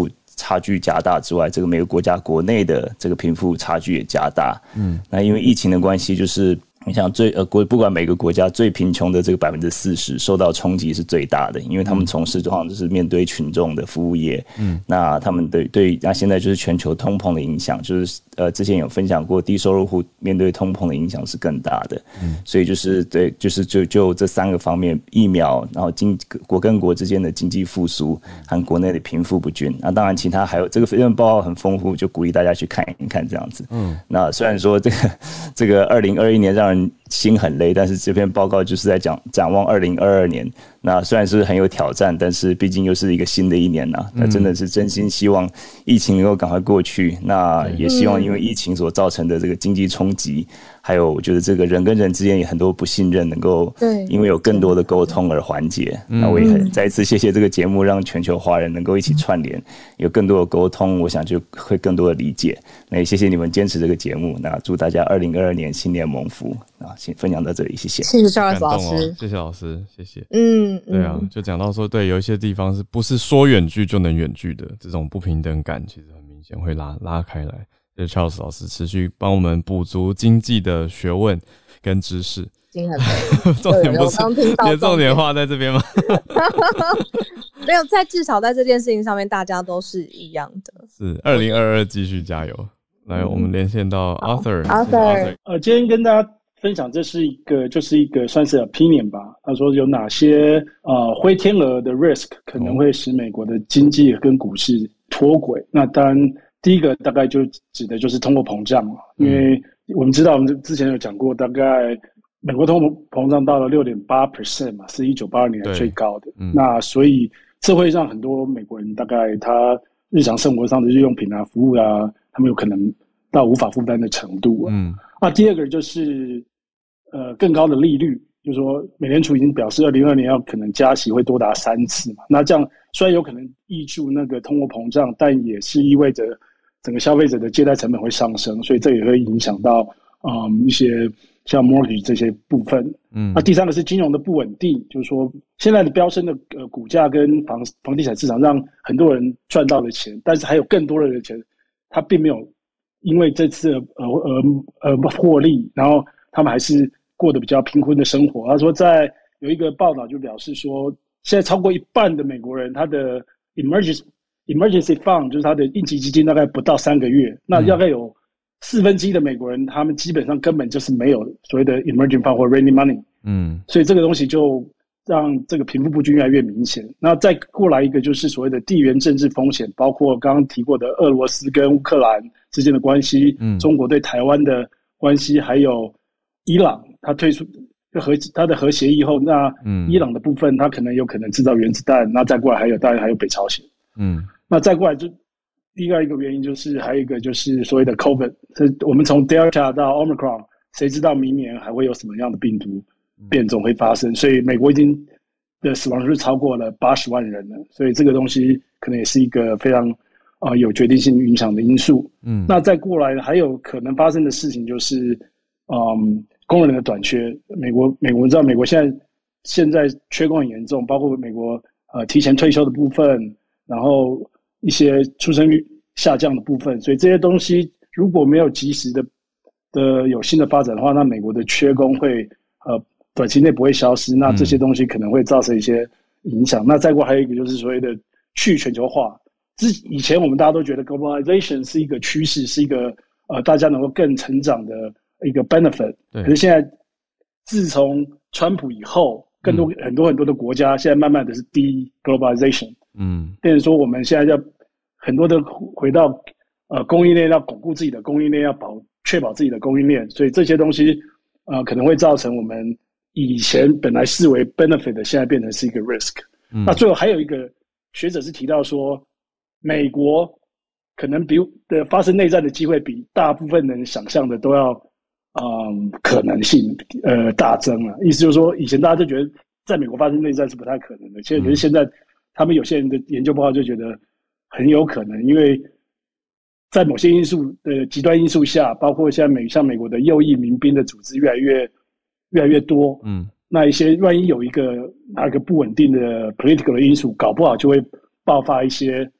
差距加大之外，这个每个国家国内的这个贫富差距也加大。那因为疫情的关系，就是你想不管每个国家最贫穷的这个40%受到冲击是最大的，因为他们从事通常就是面对群众的服务业。那他们那现在就是全球通膨的影响，就是之前有分享过，低收入户面对通膨的影响是更大的。所以就是对，就是就这3个方面，疫苗，然后国跟国之间的经济复苏和国内的贫富不均。那当然其他还有这个份报告很丰富，就鼓励大家去看一看这样子。那虽然说这个2021年让人心很累，但是这篇报告就是在展望2022年。那虽然是很有挑战，但是毕竟又是一个新的一年呐。那真的是真心希望疫情能够赶快过去。那也希望因为疫情所造成的这个经济冲击，还有我觉得这个人跟人之间也很多不信任，能够因为有更多的沟通而缓解。那我也很再一次谢谢这个节目，让全球华人能够一起串联，有更多的沟通，我想就会更多的理解。那也谢谢你们坚持这个节目。那祝大家2022年新年蒙福。先分享到这里，谢谢。
谢谢Charles老师，
谢谢老师，谢谢。对啊，就讲到说，对，有一些地方是不是说远距就能远距的这种不平等感，其实很明显会拉开来。谢谢 Charles 老师持续帮我们补足经济的学问跟知识。重点不是你的重点话在这边吗？
没有，至少在这件事情上面，大家都是一样的。
是2022继续加油。来，我们连线到 Arthur。
今天跟大家分享，就是一个算是 opinion 吧。他说有哪些灰天鹅的 risk 可能会使美国的经济跟股市脱轨。那当然，第一个大概就指的就是通货膨胀嘛，因为我们知道我们之前有讲过，大概美国通货膨胀到了 6.8% 嘛，是1982年最高的。那所以社会上很多美国人大概他日常生活上的日用品啊、服务啊，他们有可能到无法负担的程度啊。第二个就是更高的利率，就是说美联储已经表示2022年要可能加息会多达3次嘛。那这样虽然有可能抑制那个通货膨胀，但也是意味着整个消费者的借贷成本会上升，所以这也会影响到一些像 mortgage 这些部分。那第三个是金融的不稳定，就是说现在的飙升的股价跟房地产市场让很多人赚到了钱，但是还有更多人的钱他并没有因为这次获利，然后他们还是过得比较贫困的生活。他说有一个报道就表示说，现在超过一半的美国人他的 emergency fund 就是他的应急基金大概不到3个月，那大概有1/4的美国人他们基本上根本就是没有所谓的 emergency fund 或 rainy money。所以这个东西就让这个贫富不均越来越明显。那再过来一个就是所谓的地缘政治风险，包括刚刚提过的俄罗斯跟乌克兰之间的关系，中国对台湾的关系，还有伊朗他退出他的核协议后，那伊朗的部分他有可能制造原子弹，那再过来当然还有北朝鲜。那再过来就第二一个原因就是还有一个就是所谓的 COVID， 我们从 Delta 到 Omicron， 谁知道明年还会有什么样的病毒变种会发生，所以美国已经的死亡率超过了80万人了，所以这个东西可能也是一个非常有决定性影响的因素。那再过来还有可能发生的事情就是工人的短缺。美国知道美国现在缺工很严重，包括美国提前退休的部分，然后一些出生率下降的部分，所以这些东西如果没有及时的有新的发展的话，那美国的缺工会短期内不会消失，那这些东西可能会造成一些影响。那再过还有一个就是所谓的去全球化。以前我们大家都觉得 globalization 是一个趋势，是一个大家能够更成长的一个 benefit。可是现在自从川普以后，很多的国家现在慢慢的是 de-globalization。变成说我们现在要很多的回到供应链，要巩固自己的供应链，要确保自己的供应链，所以这些东西可能会造成我们以前本来视为 benefit 的，现在变成是一个 risk。那最后还有一个学者是提到说，美国可能发生内战的机会比大部分人想象的都要可能性大增了。意思就是说，以前大家就觉得在美国发生内战是不太可能的，可是现在他们有些人的研究报告就觉得很有可能，因为在某些因素的极端因素下，包括现在像美国的右翼民兵的组织越来越多，那一些万一有哪个不稳定的 political 的因素，搞不好就会爆发一些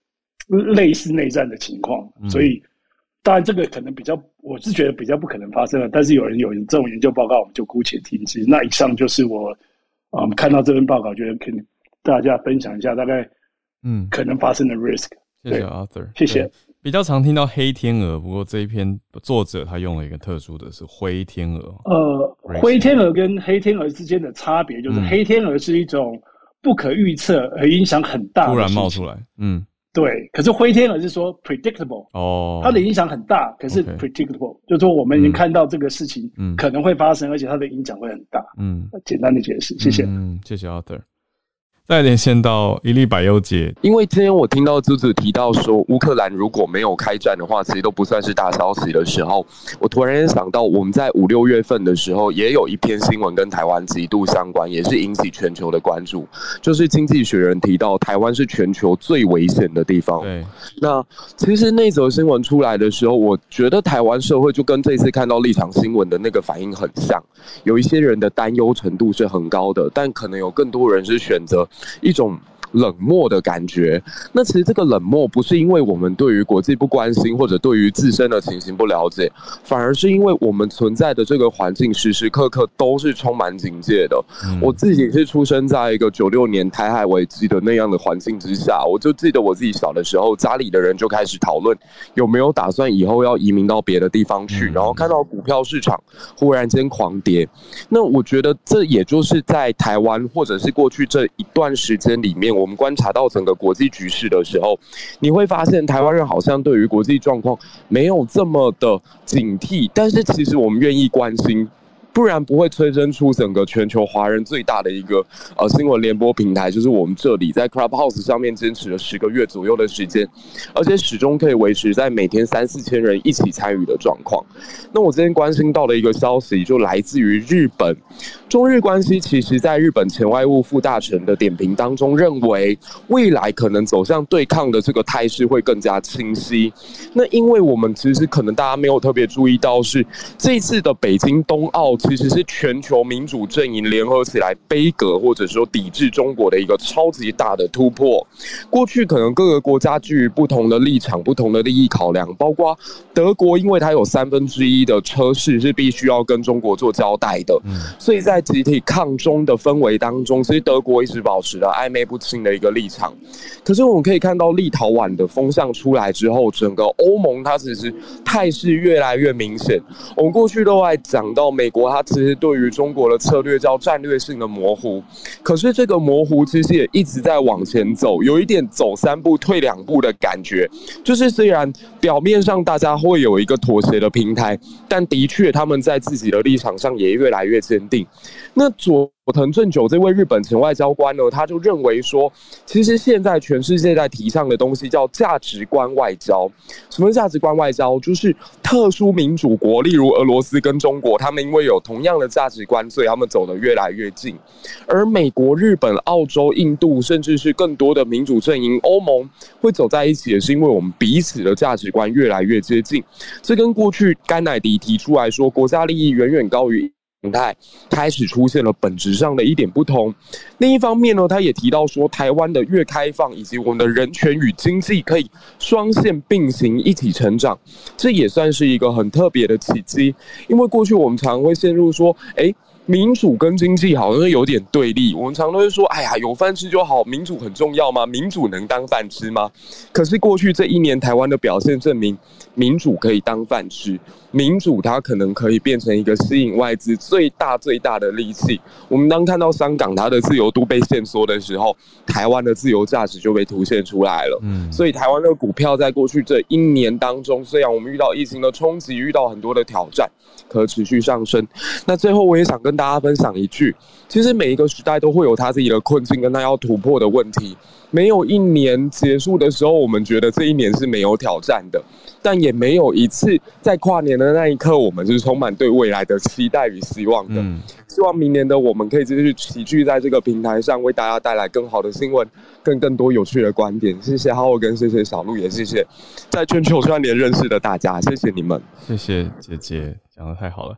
类似内战的情况，所以当然这个可能我是觉得比较不可能发生了，但是有这种研究报告，我们就姑且听之。那以上就是我看到这份报告，觉得跟大家分享一下大概可能发生的 risk。
谢谢 Arthur，
谢谢。
比较常听到黑天鹅，不过这一篇作者他用了一个特殊的是灰天鹅。
灰天鹅跟黑天鹅之间的差别就是，黑天鹅是一种不可预测而影响很大的，
突然冒出来，
对。可是灰天鹅是说 predictable，它的影响很大，可是 predictable，就是说我们已经看到这个事情可能会发生，而且它的影响会很大。简单的解释，谢谢。
谢谢 Arthur。再连线到一粒百忧解，
因为今天我听到Zuzu提到说，乌克兰如果没有开战的话，其实都不算是大消息的时候，我突然想到，我们在5、6月份的时候，也有一篇新闻跟台湾极度相关，也是引起全球的关注，就是《经济学人》提到台湾是全球最危险的地方。
对，
那其实那则新闻出来的时候，我觉得台湾社会就跟这次看到立场新闻的那个反应很像，有一些人的担忧程度是很高的，但可能有更多人是选择一种冷漠的感觉。那其实这个冷漠不是因为我们对于国际不关心，或者对于自身的情形不了解，反而是因为我们存在的这个环境时时刻刻都是充满警戒的。我自己是出生在一个96年台海危机的那样的环境之下，我就记得我自己小的时候，家里的人就开始讨论有没有打算以后要移民到别的地方去，然后看到股票市场忽然间狂跌。那我觉得这也就是在台湾或者是过去这一段时间里面，我们观察到整个国际局势的时候，你会发现台湾人好像对于国际状况没有这么的警惕，但是其实我们愿意关心，不然不会催生出整个全球华人最大的一个新闻联播平台，就是我们这里在 Clubhouse 上面坚持了10个月左右的时间，而且始终可以维持在每天3、4千人一起参与的状况。那我今天关心到的一个消息就来自于日本，中日关系其实在日本前外务副大臣的点评当中认为，未来可能走向对抗的这个态势会更加清晰。那因为我们其实可能大家没有特别注意到是，这一次的北京冬奥其实是全球民主阵营联合起来杯葛或者说抵制中国的一个超级大的突破。过去可能各个国家基于不同的立场、不同的利益考量，包括德国，因为它有1/3的车市是必须要跟中国做交代的，所以在集体抗中的氛围当中，其实德国一直保持了暧昧不清的一个立场。可是我们可以看到立陶宛的风向出来之后，整个欧盟它其实态势越来越明显。我们过去都在讲到美国，它其实对于中国的策略叫战略性的模糊，可是这个模糊其实也一直在往前走，有一点走3步退2步的感觉。就是虽然表面上大家会有一个妥协的平台，但的确他们在自己的立场上也越来越坚定。那佐藤正久这位日本前外交官呢，他就认为说，其实现在全世界在提倡的东西叫价值观外交。什么是价值观外交？就是特殊民主国，例如俄罗斯跟中国，他们因为有同样的价值观，所以他们走得越来越近。而美国、日本、澳洲、印度，甚至是更多的民主阵营，欧盟会走在一起，也是因为我们彼此的价值观越来越接近。这跟过去甘乃迪提出来说，国家利益远远高于形态开始出现了本质上的一点不同。另一方面呢，他也提到说，台湾的越开放以及我们的人权与经济可以双线并行一起成长，这也算是一个很特别的契机。因为过去我们常会陷入说，民主跟经济好像有点对立，我们常都会说，哎呀，有饭吃就好，民主很重要吗？民主能当饭吃吗？可是过去这1年台湾的表现证明，民主可以当饭吃，民主它可能可以变成一个吸引外资最大的利器。我们当看到香港它的自由度被限缩的时候，台湾的自由价值就被凸显出来了。所以台湾的股票在过去这1年当中，虽然我们遇到疫情的冲击，遇到很多的挑战，可持续上升。那最后我也想跟大家分享一句，其实每一个时代都会有他自己的困境跟他要突破的问题。没有1年结束的时候，我们觉得这1年是没有挑战的，但也没有一次在跨年的那一刻，我们是充满对未来的期待与希望的。希望明年的我们可以继续齐聚在这个平台上，为大家带来更好的新闻，更多有趣的观点。谢谢浩尔跟谢谢小鹿，也谢谢在全球串联认识的大家，谢谢你们。
谢谢姐姐讲得太好了。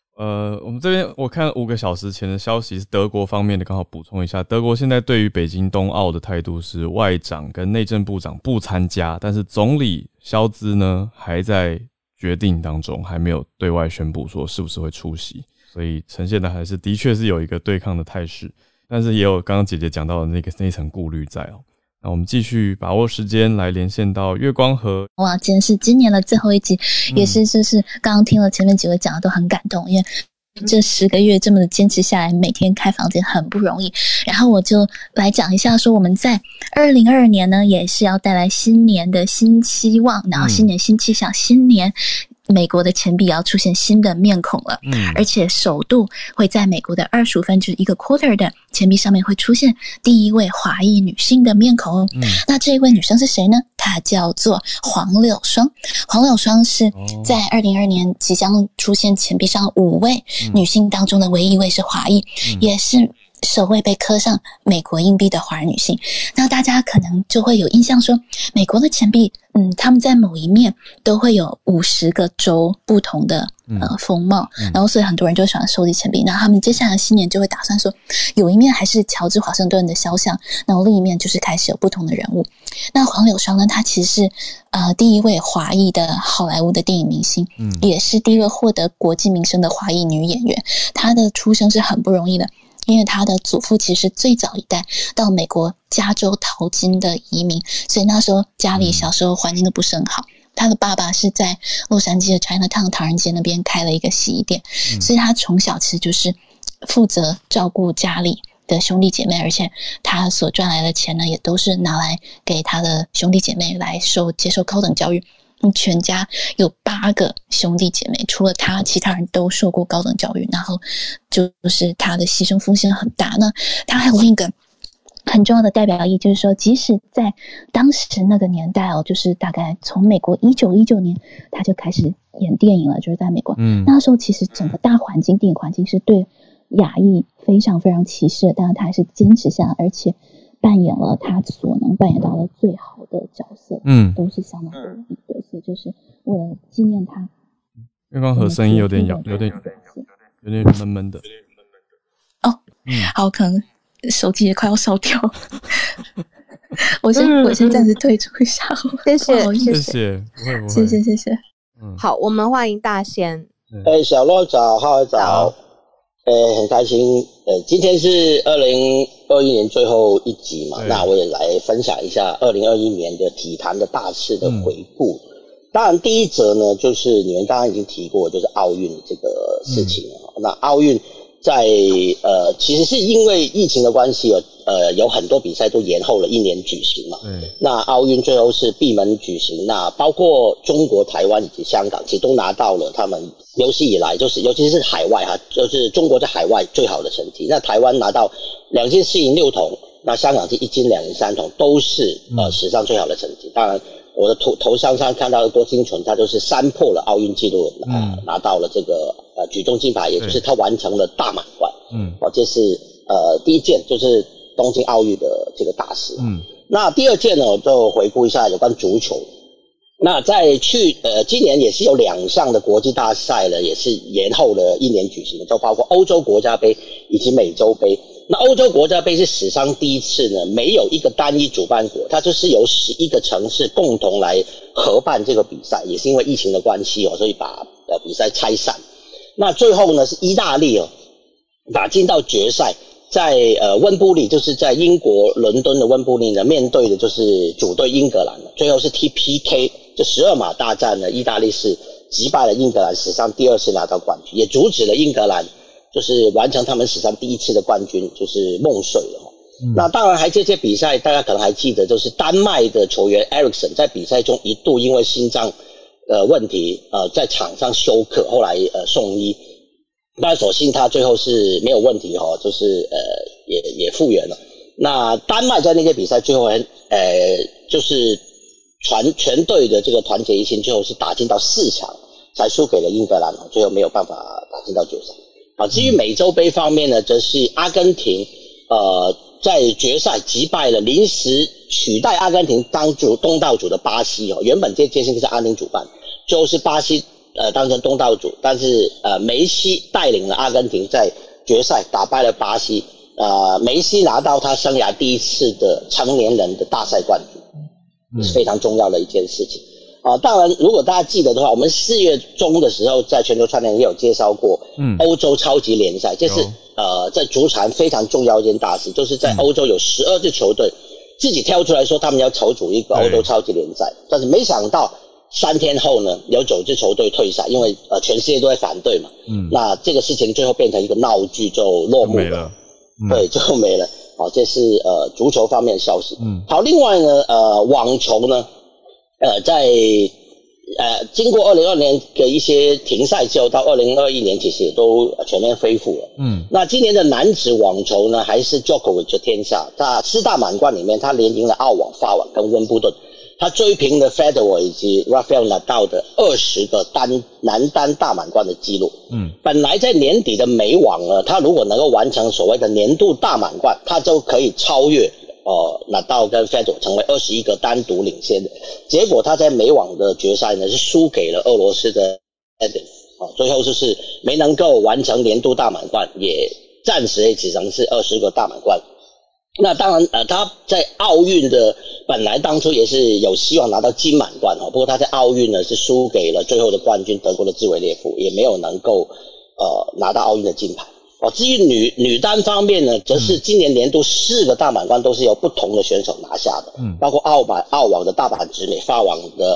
我们这边我看5个小时前的消息是德国方面的，刚好补充一下，德国现在对于北京冬奥的态度是外长跟内政部长不参加，但是总理肖兹呢还在决定当中，还没有对外宣布说是不是会出席，所以呈现的还是的确是有一个对抗的态势，但是也有刚刚姐姐讲到的那一层顾虑在哦。那我们继续把握时间来连线到月光河。
哇，今天是今年的最后一集，也是就是刚刚听了前面几位讲的都很感动，因为这10个月这么的坚持下来，每天开房间很不容易。然后我就来讲一下说，我们在2022年呢也是要带来新年的新希望，然后新年新气象，新年美国的钱币也要出现新的面孔了，而且首度会在美国的1/25，1/4的钱币上面会出现第一位华裔女性的面孔。那这一位女生是谁呢？她叫做黄柳霜。黄柳霜是在2022年即将出现钱币上5位女性当中的唯一一位是华裔，也是首位被刻上美国硬币的华人女性。那大家可能就会有印象说，美国的钱币他们在某一面都会有50个州不同的风貌，然后所以很多人就喜欢收集钱币。那他们接下来新年就会打算说，有一面还是乔治华盛顿的肖像，然后另一面就是开始有不同的人物。那黄柳霜呢，她其实是第一位华裔的好莱坞的电影明星，也是第一位获得国际名声的华裔女演员。她的出生是很不容易的，因为他的祖父其实最早一代到美国加州淘金的移民，所以那时候家里小时候环境都不是很好。他的爸爸是在洛杉矶的 Chinatown 唐人街那边开了一个洗衣店，所以他从小其实就是负责照顾家里的兄弟姐妹，而且他所赚来的钱呢，也都是拿来给他的兄弟姐妹来接受高等教育。全家有8个兄弟姐妹，除了他其他人都受过高等教育，然后就是他的牺牲奉献很大。那他还有另一个很重要的代表意义，就是说即使在当时那个年代就是大概从美国1919年他就开始演电影了，就是在美国那时候其实整个大环境电影环境是对亚裔非常非常歧视的，但是他还是坚持下来，而且扮演了他所能扮演到的最好的角色，都是相当不容易的，所以就是为了纪念他。
月光河声音有点闷闷的。
好，可能手机也快要烧掉。我先暂时退出一下，
谢谢，
不会。
谢谢。
好，我们欢迎大仙。
小洛早，浩早。很开心，今天是2021年最后一集嘛，那我也来分享一下2021年的体坛的大事的回顾。当然第一则呢，就是你们刚刚已经提过，就是奥运这个事情。那奥运在其实是因为疫情的关系，有很多比赛都延后了1年举行嘛。那奥运最后是闭门举行，那包括中国、台湾以及香港，其实都拿到了他们有史以来就是尤其是海外就是中国在海外最好的成绩。那台湾拿到2金4银6铜，那香港是1金2银3铜，都是史上最好的成绩。当然我的头上看到的郭婞淳，他就是3破了奥运纪录，拿到了这个举重金牌，也就是他完成了大满贯。这是第一件，就是东京奥运的这个大事。那第二件呢，我就回顾一下有关足球。那在今年也是有2项的国际大赛呢，也是延后了1年举行的，就包括欧洲国家杯以及美洲杯。那欧洲国家杯是史上第一次呢，没有一个单一主办国，它就是由11个城市共同来合办这个比赛，也是因为疫情的关系所以把比赛拆散。那最后呢是意大利打进到决赛，在温布利，就是在英国伦敦的温布利呢，面对的就是主队英格兰，最后是踢 PK， 就12码大战呢，意大利是击败了英格兰，史上第2次拿到冠军，也阻止了英格兰就是完成他们史上第1次的冠军，就是梦碎了。那当然还这些比赛大家可能还记得，就是丹麦的球员 Eriksen 在比赛中一度因为心脏问题在场上休克，后来送医，但所幸他最后是没有问题就是也复原了。那丹麦在那些比赛最后就是全队的这个团结一心，最后是打进到4强才输给了英格兰，最后没有办法打进到决赛。至于美洲杯方面呢，则是阿根廷在决赛击败了临时取代阿根廷当东道主的巴西原本这届是阿根廷主办，最后是巴西当成东道主，但是梅西带领了阿根廷在决赛打败了巴西，梅西拿到他生涯第一次的成年人的大赛冠军，是非常重要的一件事情。当然如果大家记得的话，我们4月中的时候在全球串联也有介绍过欧洲超级联赛，这是在足坛非常重要一件大事，就是在欧洲有12支球队自己跳出来说他们要筹组一个欧洲超级联赛，但是没想到3天后呢，有9支球队退赛，因为全世界都在反对嘛。那这个事情最后变成一个闹剧，就落幕了。对，就没了。好，这是足球方面的消息。好，另外呢，网球呢，在经过2022年的一些停赛之后，到2021年其实也都全面恢复了。那今年的男子网球呢，还是 Djokovic 天下。他4大满贯里面，他连赢了澳网、法网跟温布顿。他追平了 Federer 以及 Rafael Nadal 的20个男单大满贯的记录。本来在年底的美网呢，他如果能够完成所谓的年度大满贯，他就可以超越Nadal 跟 Federer 成为21个单独领先的。结果他在美网的决赛呢是输给了俄罗斯的 Edin， 最后就是没能够完成年度大满贯，也暂时也只能是20个大满贯。那当然他在奥运的本来当初也是有希望拿到金满贯，不过他在奥运呢是输给了最后的冠军德国的兹维列夫，也没有能够拿到奥运的金牌。至于女单方面呢，则是今年年度4个大满贯都是由不同的选手拿下的，包括澳网的大阪直美、法网的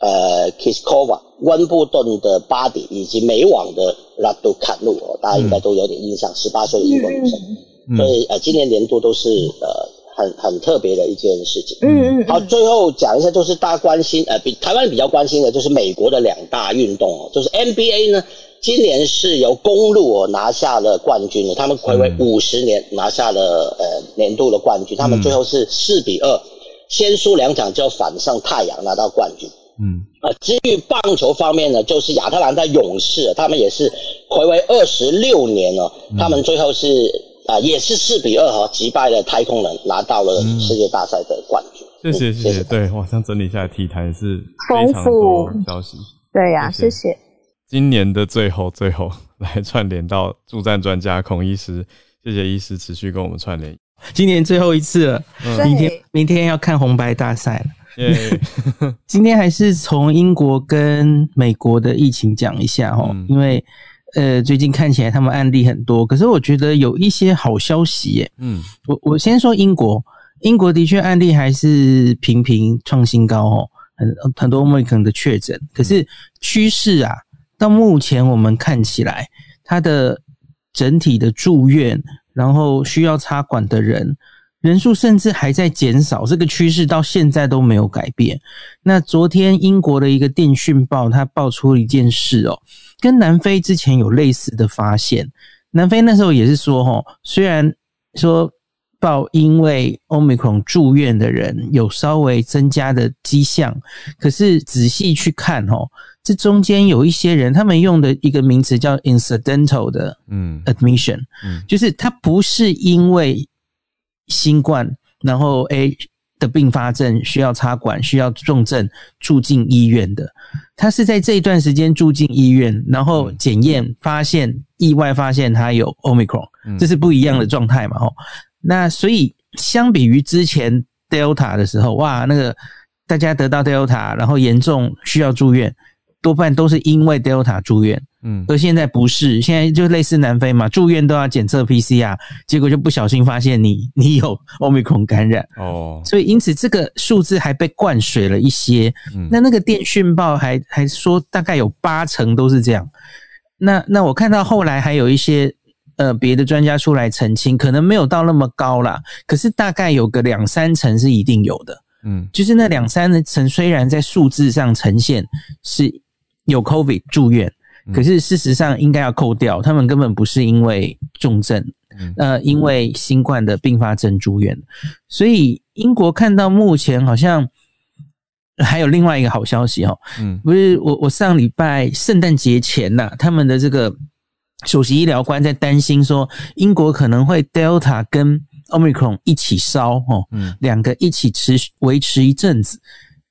Kiskova、温布顿的巴迪以及美网的拉杜坎路，大家应该都有点印象，18岁的英国女生。所以今年年度都是很特别的一件事情。好，最后讲一下，就是大家关心比台湾比较关心的就是美国的2大运动就是 NBA 呢，今年是由公鹿拿下了冠军了，他们睽违50年拿下了年度的冠军，他们最后是4-2，先输2场就反胜太阳拿到冠军。至于棒球方面呢，就是亚特兰大勇士，他们也是睽违26年了，他们最后是也是4-2击败了太空人，拿到了世界大赛的冠军。
谢谢。对，网上整理一下体坛是非常多消息。
对呀，谢谢。
今年的最后来串联到助战专家孔医师，谢谢医师持续跟我们串联。
今年最后一次了，明天要看红白大赛了。今天还是从英国跟美国的疫情讲一下因为最近看起来他们案例很多，可是我觉得有一些好消息耶。我先说英国的确案例还是频频创新高很多Omicron的确诊，可是趋势到目前我们看起来，它的整体的住院，然后需要插管的人数甚至还在减少，这个趋势到现在都没有改变。那昨天英国的一个电讯报，它爆出了一件事跟南非之前有类似的发现。南非那时候也是说虽然说报因为 Omicron 住院的人有稍微增加的迹象，可是仔细去看这中间有一些人他们用的一个名词叫 incidental 的admission，就是他不是因为新冠然后的并发症需要插管需要重症住进医院的，他是在这一段时间住进医院，然后检验意外发现他有 Omicron，这是不一样的状态嘛那所以相比于之前 Delta 的时候，哇，那个大家得到 Delta 然后严重需要住院，多半都是因为 Delta 住院。而现在不是，现在就类似南非嘛，住院都要检测 PCR， 结果就不小心发现你有 Omicron 感染。所以因此这个数字还被灌水了一些。那个电讯报还说大概有80%都是这样。那我看到后来还有一些别的专家出来澄清，可能没有到那么高啦，可是大概有个2-3成是一定有的。就是那2-3成虽然在数字上呈现是有 COVID 住院，可是事实上应该要扣掉，他们根本不是因为重症，因为新冠的并发症住院。所以英国看到目前好像还有另外一个好消息不是我上礼拜圣诞节前他们的这个首席医疗官在担心说英国可能会 Delta 跟 Omicron 一起烧两个一起维持一阵子。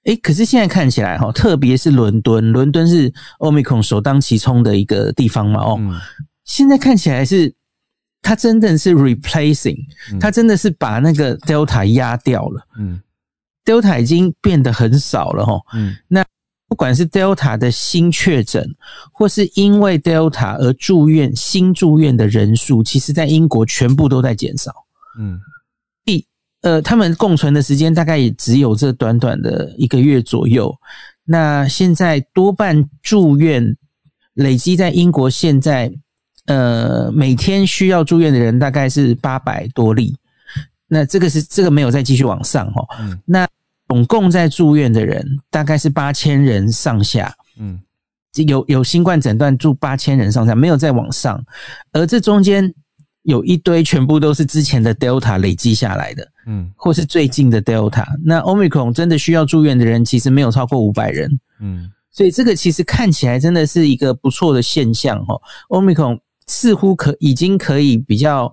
可是现在看起来特别是伦敦是 Omicron 首当其冲的一个地方嘛现在看起来是它真的是 replacing，它真的是把那个 Delta 压掉了Delta 已经变得很少了那不管是 Delta 的新确诊，或是因为 Delta 而新住院的人数，其实在英国全部都在减少。他们共存的时间大概也只有这短短的1个月左右。那现在多半住院累积在英国现在每天需要住院的人大概是800多例。那这个没有再继续往上那总共在住院的人大概是8000人上下，有新冠诊断住8000人上下，没有再往上，而这中间有一堆全部都是之前的 Delta 累积下来的，或是最近的 Delta。那 Omicron 真的需要住院的人其实没有超过500人，所以这个其实看起来真的是一个不错的现象Omicron 似乎已经可以比较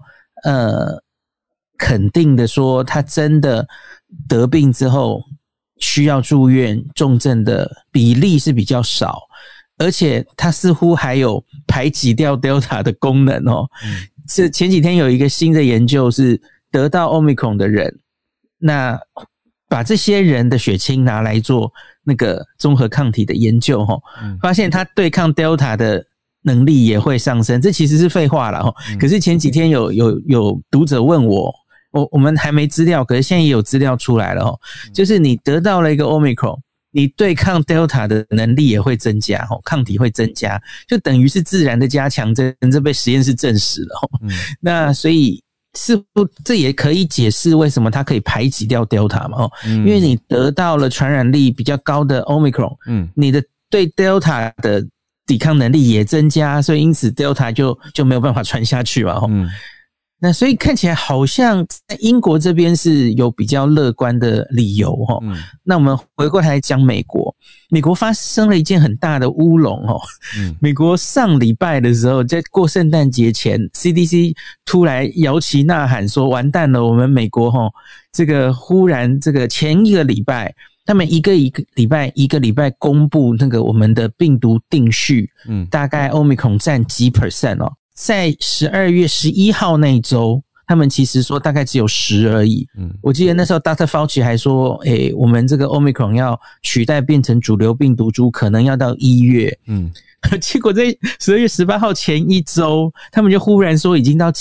肯定的说，他真的得病之后需要住院重症的比例是比较少，而且他似乎还有排挤掉 Delta 的功能是前几天有一个新的研究是得到 Omicron 的人，那把这些人的血清拿来做那个综合抗体的研究发现他对抗 Delta 的能力也会上升。这其实是废话啦可是前几天有读者问我们还没资料，可是现在也有资料出来了就是你得到了一个 Omicron， 你对抗 Delta 的能力也会增加抗体会增加，就等于是自然的加强针，这被实验室证实了那所以似乎这也可以解释为什么它可以排挤掉 Delta 嘛因为你得到了传染力比较高的 Omicron，你的对 Delta 的抵抗能力也增加，所以因此 Delta 就没有办法传下去嘛那所以看起来好像在英国这边是有比较乐观的理由那我们回过来讲美国发生了一件很大的乌龙美国上礼拜的时候，在过圣诞节前 CDC 突然摇旗呐喊说完蛋了，我们美国这个忽然这个前一个礼拜他们一个礼拜公布那个我们的病毒定序大概 Omicron 占几 percent在12月11号那一周，他们其实说大概只有10而已。我记得那时候 Dr. Fauci 还说我们这个 Omicron 要取代变成主流病毒株可能要到1月。结果在12月18号前一周，他们就忽然说已经到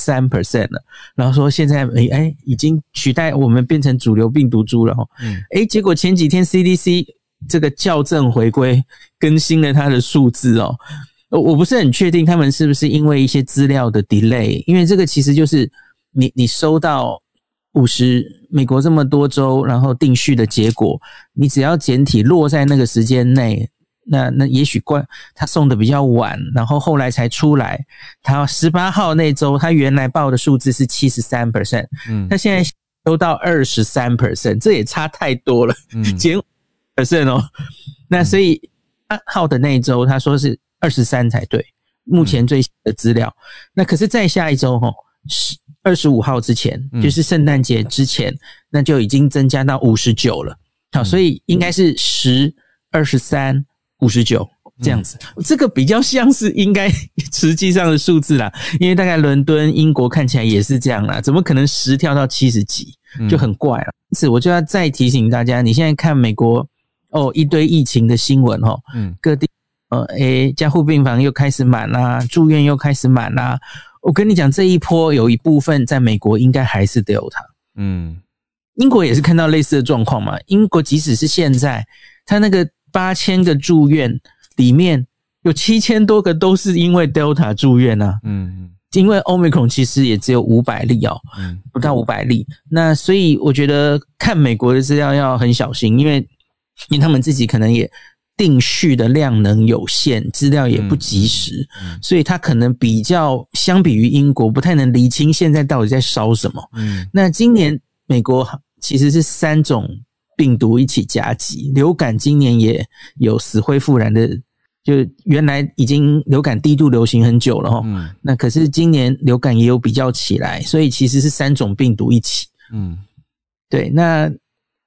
73% 了，然后说现在已经取代我们变成主流病毒株了结果前几天 CDC 这个校正回归更新了它的数字我不是很确定他们是不是因为一些资料的 delay， 因为这个其实就是你收到美国这么多州然后定序的结果，你只要简体落在那个时间内，那也许他送的比较晚，然后后来才出来，他18号那周他原来报的数字是 73%，他现在收到 23%， 这也差太多了减 5% 那所以8号的那一周他说是23才对，目前最新的资料那可是再下一周25号之前就是圣诞节之前，那就已经增加到59了好，所以应该是10、23、59这样子，这个比较像是应该实际上的数字啦，因为大概伦敦英国看起来也是这样啦，怎么可能10跳到70几就很怪了因此我就要再提醒大家，你现在看美国一堆疫情的新闻各地加护病房又开始满啦，住院又开始满啦。我跟你讲，这一波有一部分在美国应该还是 Delta。英国也是看到类似的状况嘛。英国即使是现在，他那个8000个住院里面有7000多个都是因为 Delta 住院啊。因为 Omicron 其实也只有500例不到500例。那所以我觉得看美国的资料要很小心，因为他们自己可能也定序的量能有限，资料也不及时，所以它可能比较相比于英国不太能厘清现在到底在烧什么。那今年美国其实是3种病毒一起夹击，流感今年也有死灰复燃的，就原来已经流感低度流行很久了那可是今年流感也有比较起来，所以其实是3种病毒一起。对，那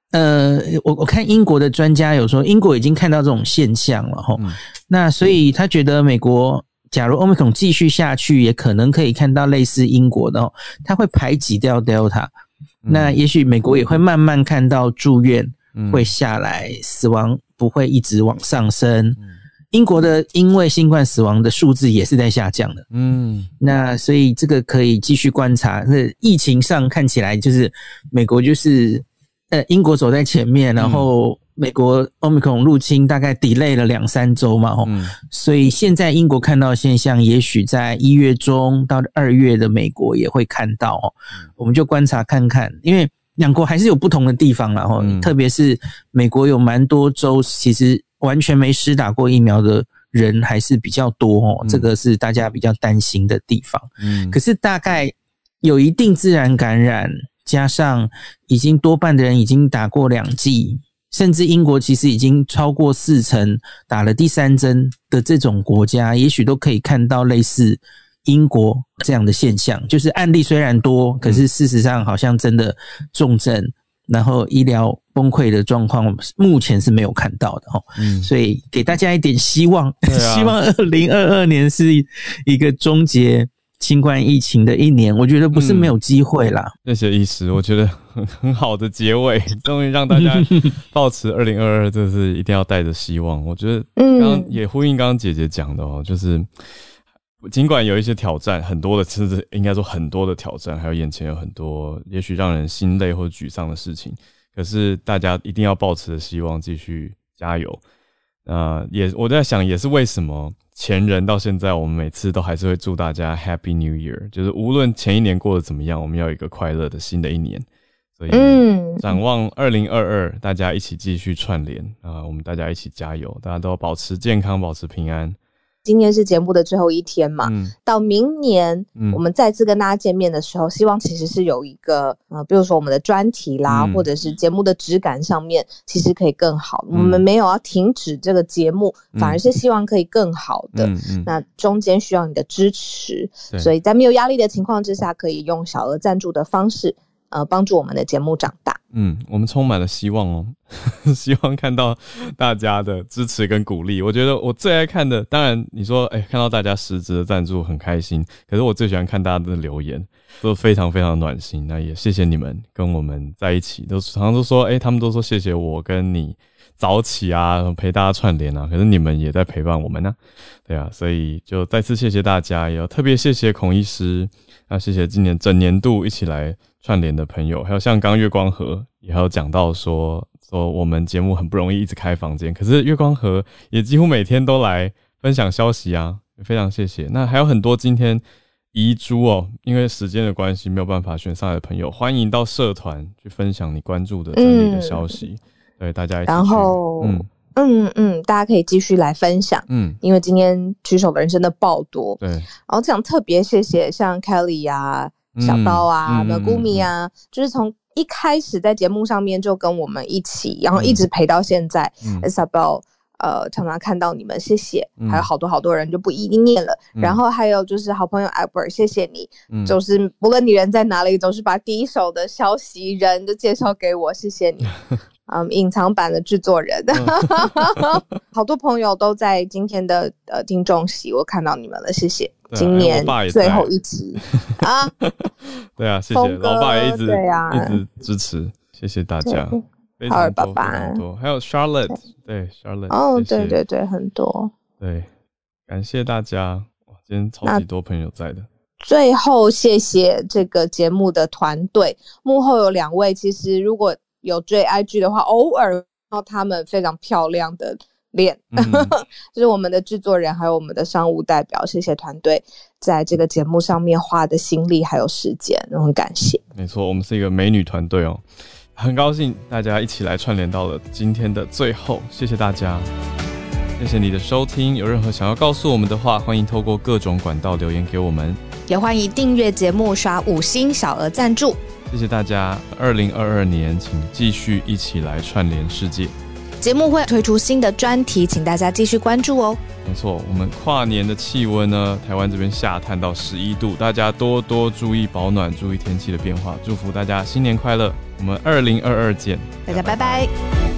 我看英国的专家有说，英国已经看到这种现象了齁，那所以他觉得美国假如 Omicron 继续下去，也可能可以看到类似英国的他会排挤掉 Delta，那也许美国也会慢慢看到住院会下来，死亡不会一直往上升。英国的因为新冠死亡的数字也是在下降的。那所以这个可以继续观察。疫情上看起来就是美国就是英国走在前面，然后美国 Omicron 入侵大概 delay 了2-3周嘛，所以现在英国看到的现象，也许在1月中到2月的美国也会看到我们就观察看看，因为两国还是有不同的地方啦，特别是美国有蛮多州其实完全没施打过疫苗的人还是比较多这个是大家比较担心的地方。可是大概有一定自然感染，加上已经多半的人已经打过2剂，甚至英国其实已经超过40%打了第3针的这种国家，也许都可以看到类似英国这样的现象，就是案例虽然多，可是事实上好像真的重症然后医疗崩溃的状况目前是没有看到的所以给大家一点希望，希望2022年是一个终结新冠疫情的一年，我觉得不是没有机会啦。
谢谢医师，我觉得很好的结尾，终于让大家抱持2022，这是一定要带着希望。我觉得刚刚也呼应刚刚姐姐讲的就是尽管有一些挑战，很多的，甚至应该说很多的挑战，还有眼前有很多也许让人心累或者沮丧的事情，可是大家一定要抱持着希望，继续加油。我在想，也是为什么前人到现在，我们每次都还是会祝大家 Happy New Year， 就是无论前一年过得怎么样，我们要有一个快乐的新的一年。所以展望2022，大家一起继续串联我们大家一起加油，大家都要保持健康，保持平安。
今天是节目的最后一天嘛，到明年我们再次跟大家见面的时候，希望其实是有一个比如说我们的专题啦，或者是节目的质感上面其实可以更好，我们没有要停止这个节目，反而是希望可以更好的那中间需要你的支持，所以在没有压力的情况之下，可以用小额赞助的方式帮助我们的节目长大。
我们充满了希望希望看到大家的支持跟鼓励。我觉得我最爱看的，当然你说看到大家实质的赞助很开心，可是我最喜欢看大家的留言，都非常非常暖心。那也谢谢你们跟我们在一起，都常常都说他们都说谢谢我跟你早起陪大家串联可是你们也在陪伴我们对所以就再次谢谢大家，也要特别谢谢孔医师，谢谢今年整年度一起来串联的朋友，还有像刚月光河也还有讲到说我们节目很不容易一直开房间，可是月光河也几乎每天都来分享消息非常谢谢。那还有很多今天遗珠因为时间的关系没有办法选上来的朋友，欢迎到社团去分享你关注的整理的消息，对大家一起去。然后
大家可以继续来分享因为今天举手的人真的爆多，对。然后想特别谢谢像 Kelly 小刀Megumi 就是从一开始在节目上面就跟我们一起，然后一直陪到现在Isabel常常看到你们，谢谢。还有好多人就不一一念了然后还有就是好朋友 Albert， 谢谢你就是不论你人在哪里，总是把第一手的消息人就介绍给我，谢谢你隐藏版的制作人好多朋友都在今天的听众席，我看到你们了，谢谢。今年最后一集
对谢谢老爸也一直支持，谢谢大家。
好儿爸爸
还有 Charlotte， 对 Charlotte 谢谢
对很多，
对感谢大家，今天超级多朋友在的。
最后谢谢这个节目的团队，幕后有2位，其实如果有追 IG 的话，偶尔看到他们非常漂亮的脸就是我们的制作人还有我们的商务代表，谢谢团队在这个节目上面花的心力还有时间，很感谢。
没错，我们是一个美女团队很高兴大家一起来串联到了今天的最后，谢谢大家，谢谢你的收听。有任何想要告诉我们的话，欢迎透过各种管道留言给我们，
也欢迎订阅节目，刷5星小额赞助。
谢谢大家，2022年请继续一起来串联世界。
节目会推出新的专题，请大家继续关注
没错，我们跨年的气温呢，台湾这边下探到11度，大家多多注意保暖，注意天气的变化，祝福大家新年快乐，我们2022见，
大家拜拜。